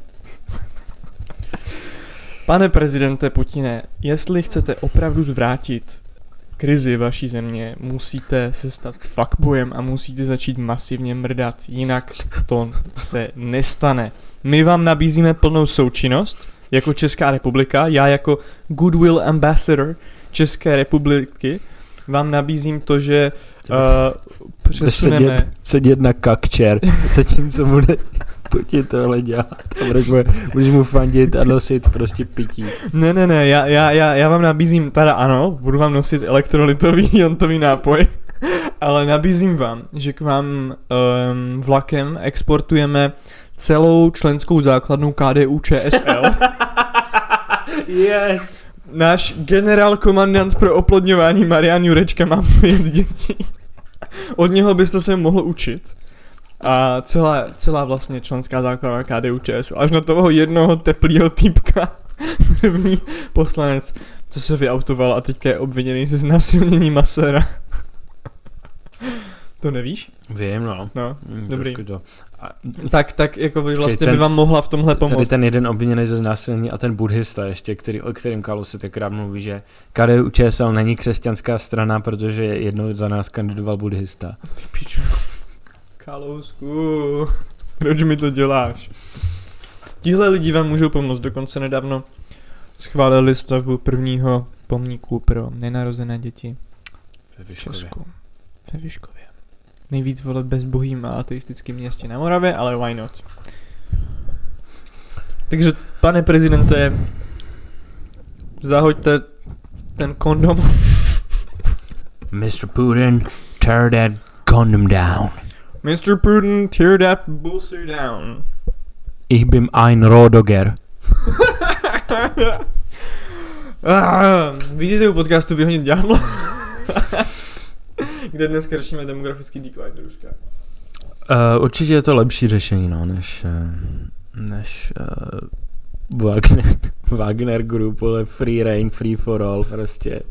[SPEAKER 2] Pane prezidente Putine, jestli chcete opravdu zvrátit krizi vaší země, musíte se stát fuckboyem a musíte začít masivně mrdat, jinak to se nestane. My vám nabízíme plnou součinnost, jako Česká republika, já jako Goodwill Ambassador České republiky vám nabízím to, že uh, přesuneme...
[SPEAKER 1] Sedět, sedět na kakčer, zatímco bude Putin tohle dělat. Můžeš mu fandit a nosit prostě pití.
[SPEAKER 2] Ne, ne, ne, já, já, já, já vám nabízím, teda ano, budu vám nosit elektrolytový jontový nápoj, ale nabízím vám, že k vám um, vlakem exportujeme celou členskou základnu K D U Č S L.
[SPEAKER 1] Yes!
[SPEAKER 2] Náš generál komandant pro oplodňování Marian Jurečka má pět dětí. Od něho byste se mohl učit. A celá, celá vlastně členská základna K D U Č S L. Až na toho jednoho teplýho týpka, První poslanec, co se vyautoval a teďka je obviněný ze znásilnění maséra. To nevíš?
[SPEAKER 1] Vím, no.
[SPEAKER 2] No,
[SPEAKER 1] Mm,
[SPEAKER 2] dobrý.
[SPEAKER 1] To. A,
[SPEAKER 2] Tak, tak jako by vlastně
[SPEAKER 1] ten-
[SPEAKER 2] by vám mohla v tomhle
[SPEAKER 1] tady
[SPEAKER 2] pomoct.
[SPEAKER 1] ten jeden obviněný ze znásilnění a ten buddhista ještě, který, o kterém Kalu si tenkrát mluví, že K D U Č S L není křesťanská strana, protože jednou za nás kandidoval buddhista.
[SPEAKER 2] Ty piču. Kalousku, proč mi to děláš? Tihle lidi vám můžou pomoct, dokonce nedávno schválili stavbu prvního pomníku pro nenarozené děti
[SPEAKER 1] Ve
[SPEAKER 2] v
[SPEAKER 1] Vyškově.
[SPEAKER 2] Česku. Ve Vyškově. Nejvíc vole bezbohým a ateistickým městě na Moravě, ale why not? Takže, pane prezidente, zahoďte ten kondom.
[SPEAKER 1] mister Putin, tear that condom down.
[SPEAKER 2] mister Putin, tear that bullshit down.
[SPEAKER 1] Ich bin ein Rodoger.
[SPEAKER 2] Ah, vidíte u podcastu Vyhonit ďábla? Kde dneska řešíme demografický decline troška.
[SPEAKER 1] Uh, určitě je to lepší řešení, no, než, uh, než uh, Wagner, Wagner Group, ale free reign, free for all, prostě.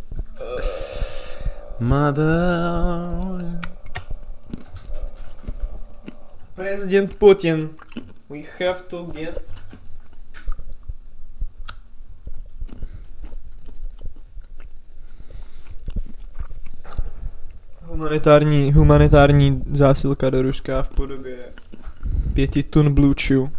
[SPEAKER 1] Mother.
[SPEAKER 2] Prezident Putin. We have to get... Humanitární, humanitární zásilka do Ruska v podobě pěti tun Blue Chew.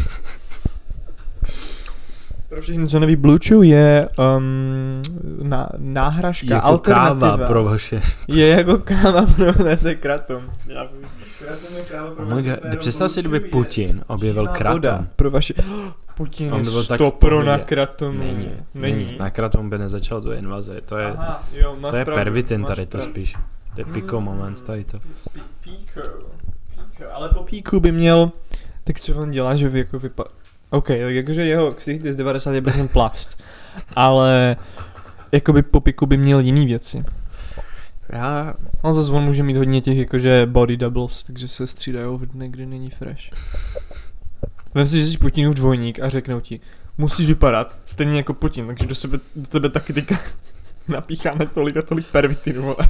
[SPEAKER 2] Pro všechny, co neví, Blue Chew je um, na, náhražka,
[SPEAKER 1] Jako
[SPEAKER 2] alternativa.
[SPEAKER 1] káva pro vaše.
[SPEAKER 2] Je jako káva pro ne, to je kratom. Já vím. Kratom je káva pro
[SPEAKER 1] Oh my
[SPEAKER 2] vaši
[SPEAKER 1] God,
[SPEAKER 2] péro,
[SPEAKER 1] představ si,
[SPEAKER 2] Blue
[SPEAKER 1] kdyby
[SPEAKER 2] Chew je
[SPEAKER 1] Putin objevil
[SPEAKER 2] živá
[SPEAKER 1] kratom.
[SPEAKER 2] voda pro vaši... Putin
[SPEAKER 1] On
[SPEAKER 2] je
[SPEAKER 1] by byl tak
[SPEAKER 2] sto
[SPEAKER 1] v
[SPEAKER 2] pro
[SPEAKER 1] pohodě.
[SPEAKER 2] na kratomu.
[SPEAKER 1] Není, není. Na kratom by nezačal tu invazi, to je,
[SPEAKER 2] Aha, jo, máš
[SPEAKER 1] to je
[SPEAKER 2] pravdu,
[SPEAKER 1] pervitin
[SPEAKER 2] máš
[SPEAKER 1] tady to
[SPEAKER 2] pravdu.
[SPEAKER 1] spíš. To je piko moment tady to.
[SPEAKER 2] Pí- Píko. Píko. Ale po píku by měl... Tak co on dělá, že vy jako vypa... OK, tak jakože jeho ksicht je z devadesát procent plast. Ale... Jakoby po píku by měl jiný věci.
[SPEAKER 1] Já,
[SPEAKER 2] On zase on může mít hodně těch jakože body doubles, takže se střídají v dne, kdy není fresh. Vem si, že jsi Putinův dvojník a řeknou ti, musíš vypadat stejně jako Putin, takže do, sebe, do tebe taky teďka napícháme tolik a tolik pervitinu, vole.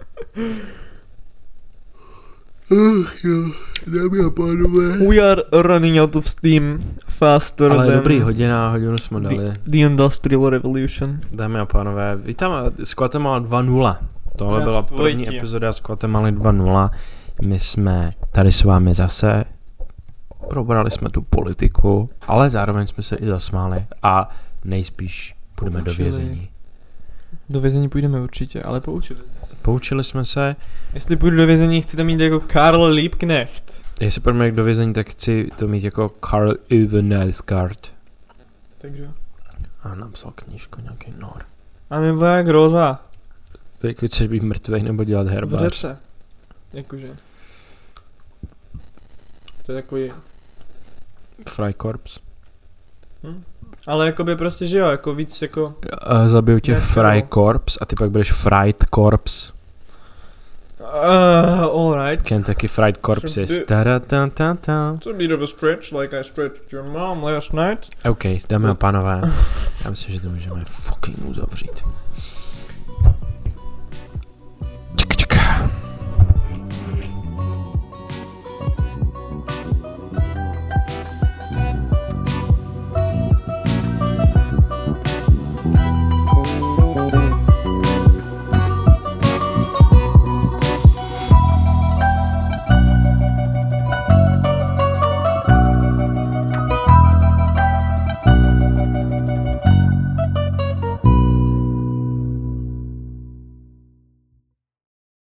[SPEAKER 1] Ach jo, dámy a pánové.
[SPEAKER 2] We are running out of steam faster
[SPEAKER 1] Ale
[SPEAKER 2] than
[SPEAKER 1] dobrý, hodina, hodinu jsme dali.
[SPEAKER 2] the, the Industrial Revolution.
[SPEAKER 1] Dámy a pánové, vítám s Guatemala dva nula. Tohle
[SPEAKER 2] Já
[SPEAKER 1] byla
[SPEAKER 2] to
[SPEAKER 1] první
[SPEAKER 2] dvojitě.
[SPEAKER 1] epizoda z Guatemala dva nula. My jsme tady s vámi zase. Probrali jsme tu politiku, ale zároveň jsme se i zasmáli a nejspíš půjdeme do
[SPEAKER 2] Poučili.
[SPEAKER 1] vězení.
[SPEAKER 2] Do vězení půjdeme určitě, ale poučili.
[SPEAKER 1] Poučili jsme se,
[SPEAKER 2] Jestli půjdu do vězení, chcete mít jako Karl Liebknecht.
[SPEAKER 1] jestli půjdeme do vězení, tak chci to mít jako Karl Uwe Nesgard.
[SPEAKER 2] Tak kdo?
[SPEAKER 1] A napsal knížku nějaký nor.
[SPEAKER 2] A nebo jak Roza.
[SPEAKER 1] Jako chceš být mrtvej nebo dělat
[SPEAKER 2] V
[SPEAKER 1] herbář?
[SPEAKER 2] řece. Jakože. To je takový...
[SPEAKER 1] Freikorps.
[SPEAKER 2] Hm? Ale jakoby prostě, že jo, jako víc jako...
[SPEAKER 1] Uh, zabiju tě
[SPEAKER 2] Jak to?
[SPEAKER 1] Freikorps a ty pak budeš Fried Corps.
[SPEAKER 2] Uh, alright.
[SPEAKER 1] Kentucky Fried Corps
[SPEAKER 2] Should
[SPEAKER 1] is
[SPEAKER 2] do-
[SPEAKER 1] ta ta ta ta.
[SPEAKER 2] It's a bit of a stretch, like I stretched your mom last night.
[SPEAKER 1] OK, dámy a pánové, já myslím, že to můžeme fucking uzavřít.